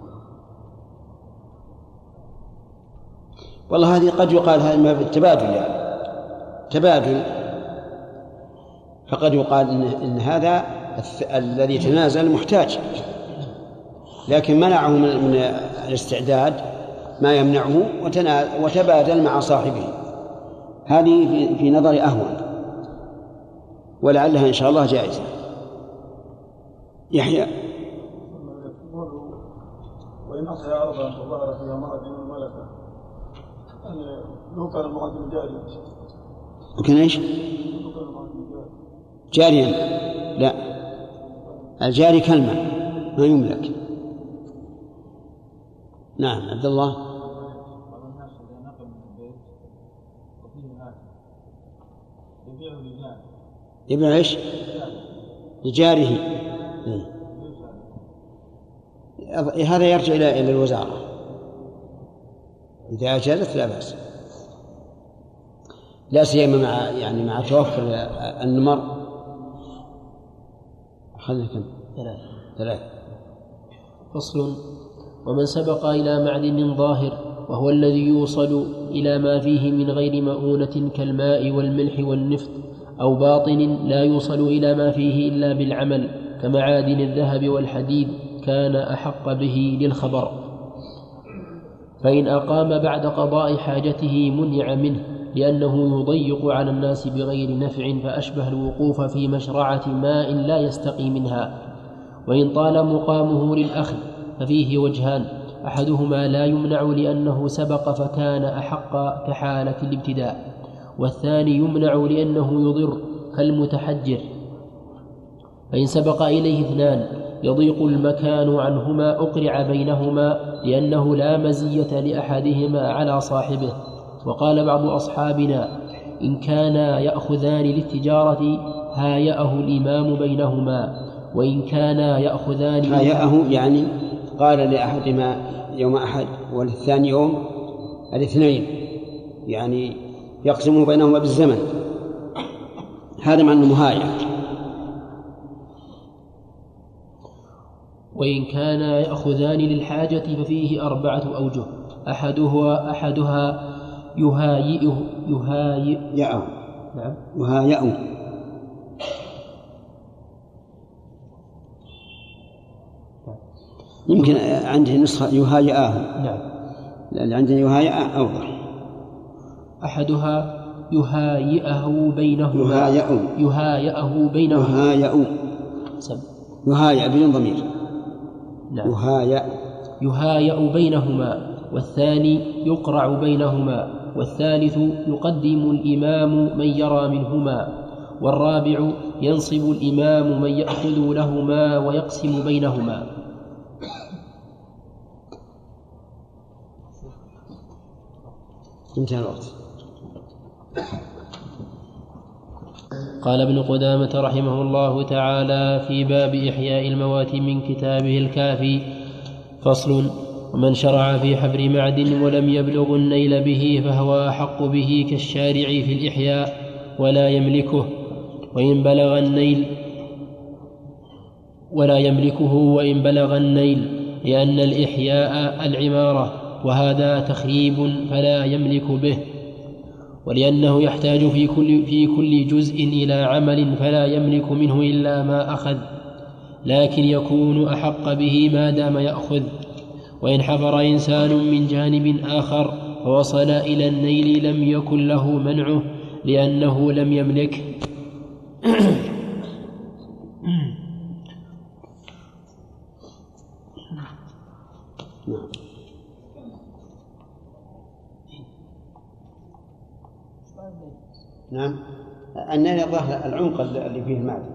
والله هذه قد يقال هذا ما بالتبادل، يعني تبادل، فقد يقال إن, إن هذا الذي تنازل محتاج، لكن منعه من الاستعداد ما يمنعه وتبادل مع صاحبه. هذه في نظر أهون، ولعلها إن شاء الله جائزة. يحيى. وإن أحيا أرضا فظهر فيها معدن ملكة، يعني لو كان المعدن جاريا. ممكن إيش؟ جاريا؟ لا، الجاري كالماء ما يملك. نعم. عبد الله. يبيع ايش؟ لجاره. هذا يرجع الى الى الوزاره، اذا اجازت لا باس، لا سيما مع يعني مع توفر النمر. أخذنا كم؟ ثلاث ثلاث. فصل. ومن سبق إلى معدن ظاهر، وهو الذي يوصل إلى ما فيه من غير مؤونة كالماء والملح والنفط، أو باطن لا يوصل إلى ما فيه إلا بالعمل كمعادن الذهب والحديد، كان أحق به للخبر. فإن أقام بعد قضاء حاجته منع منه، لأنه يضيق على الناس بغير نفع، فأشبه الوقوف في مشرعة ماء لا يستقي منها. وإن طال مقامه للأخذ ففيه وجهان: أحدهما لا يمنع لأنه سبق فكان أحق كحالة الابتداء، والثاني يمنع لأنه يضر كالمتحجر. فإن سبق إليه اثنان يضيق المكان عنهما أقرع بينهما، لأنه لا مزية لأحدهما على صاحبه. وقال بعض أصحابنا: إن كانا يأخذان للتجارة هايأه الإمام بينهما، وإن كانا يأخذان هايأه يعني قال لأحدهما يوم أحد والثاني يوم الاثنين، يعني يقسمه بينهما بالزمن، هذا معنى المهاية. وإن كان يأخذان للحاجة ففيه أربعة أوجه: أحدها أحدها يهايئه يهايئ يأو نعم يهايئه يمكن عنده نسخة يهايئه، نعم، لأن عندنا يهايئه أوضح. أحدها يهايئه بينهما يهايئه يهايئه بينهما يهايئه يهايئ بدون ضمير. نعم. يهايئ يهايئ بينهما، والثاني يقرع بينهما، والثالث يقدم الإمام من يرى منهما، والرابع ينصب الإمام من يأخذ لهما ويقسم بينهما. انتهى الوقت. قال ابن قدامة رحمه الله تعالى في باب إحياء الموات من كتابه الكافي: فصل: ومن شرع في حفر معدن ولم يبلغ النيل به فهو أحق به كالشارع في الإحياء ولا يملكه، وإن بلغ النيل ولا يملكه وإن بلغ النيل، لأن الإحياء العمارة، وهذا تخريب فلا يملك به، ولأنه يحتاج في كل, في كل جزء إلى عمل فلا يملك منه إلا ما أخذ، لكن يكون أحق به ما دام يأخذ. وإن حفر إنسان من جانب آخر فوصل إلى النيل لم يكن له منعه، لأنه لم يملك. نعم، النيل ظهر العمق اللي فيه المعدن.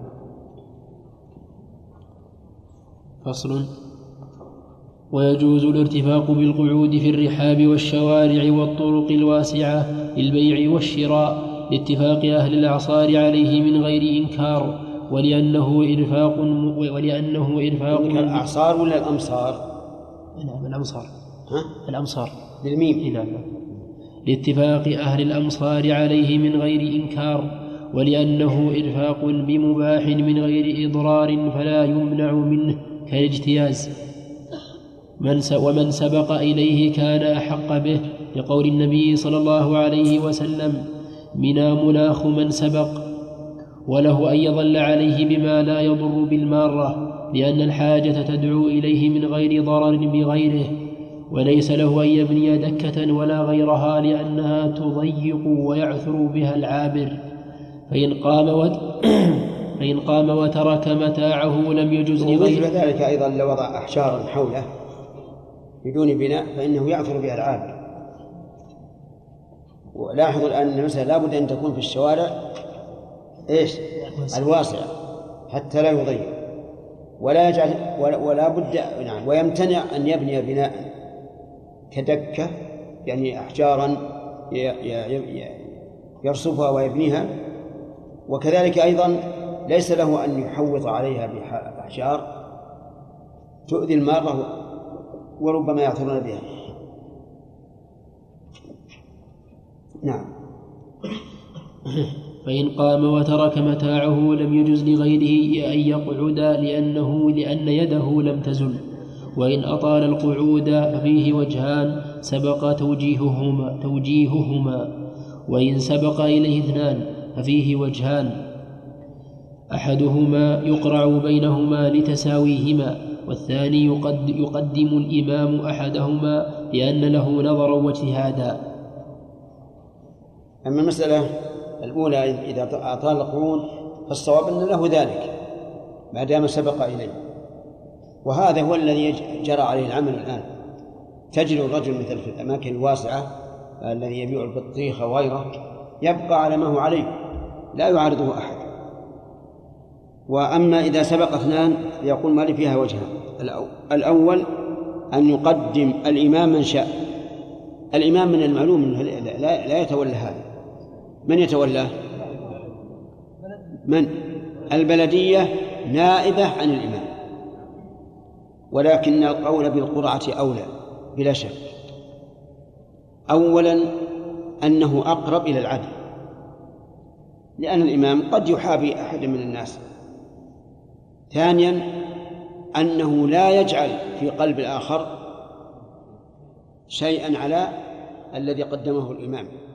فصل: ويجوز الارتفاق بالقعود في الرحاب والشوارع والطرق الواسعة للبيع والشراء لاتفاق أهل الأعصار عليه من غير إنكار، ولأنه إرفاق ولأنه إرفاق الأعصار ولا الأمصار؟ نعم الأمصار. ها؟ الأمصار بالميم. نعم. لاتفاق أهل الأمصار عليه من غير إنكار، ولأنه إرفاق بمباح من غير إضرار فلا يمنع منه كالاجتياز. من ومن سبق إليه كان أحق به، لقول النبي صلى الله عليه وسلم: منا مناخ من سبق، وله أن يظل عليه بما لا يضر بالمارة، لأن الحاجة تدعو إليه من غير ضرر بغيره، وليس له أن يبني دكة ولا غيرها لأنها تضيق ويعثر بها العابر. فإن قام وت... فإن قام وترك متاعه لم يجز لغيره. ذلك أيضا لو وضع أحجارا حوله بدون بناء فإنه يعثر بها العابر. ولاحظوا أن مثلا لا بد أن تكون في الشوارع إيش الواسعة حتى لا يضيق، ولا يجعل ولا بد نعم ويمتنع أن يبني بناء كدكة، يعني أحجارا يرصفها ويبنيها. وكذلك أيضا ليس له أن يحوط عليها بأحجار تؤذي المارة وربما يعثرون بها. نعم. فإن قام وترك متاعه لم يجز لغيره أن يقعد لأنه لأن يده لم تزل. وإن أطال القعود ففيه وجهان سبق توجيههما, توجيههما وإن سبق إليه اثنان ففيه وجهان: أحدهما يقرع بينهما لتساويهما، والثاني يقدم الإمام أحدهما لأن له نظرا واجتهادا. أما المسألة الأولى إذا أطال القرون فالصواب أن له ذلك ما دام سبق إليه، وهذا هو الذي جرى عليه العمل الآن. تجد الرجل مثل في الأماكن الواسعة الذي يبيع البطيخ وغيره يبقى على ما هو عليه لا يعارضه أحد. وأما إذا سبق اثنان يقول ما لي فيها وجهان. الأول أن يقدم الإمام من شاء. الإمام من المعلوم منه لا, لا يتولى هذا. من يتولاه؟ من؟ البلدية نائبة عن الإمام، ولكن القول بالقرعة أولى بلا شك. أولا أنه أقرب إلى العدل، لأن الإمام قد يحابي أحد من الناس. ثانيا أنه لا يجعل في قلب الآخر شيئا على الذي قدمه الإمام.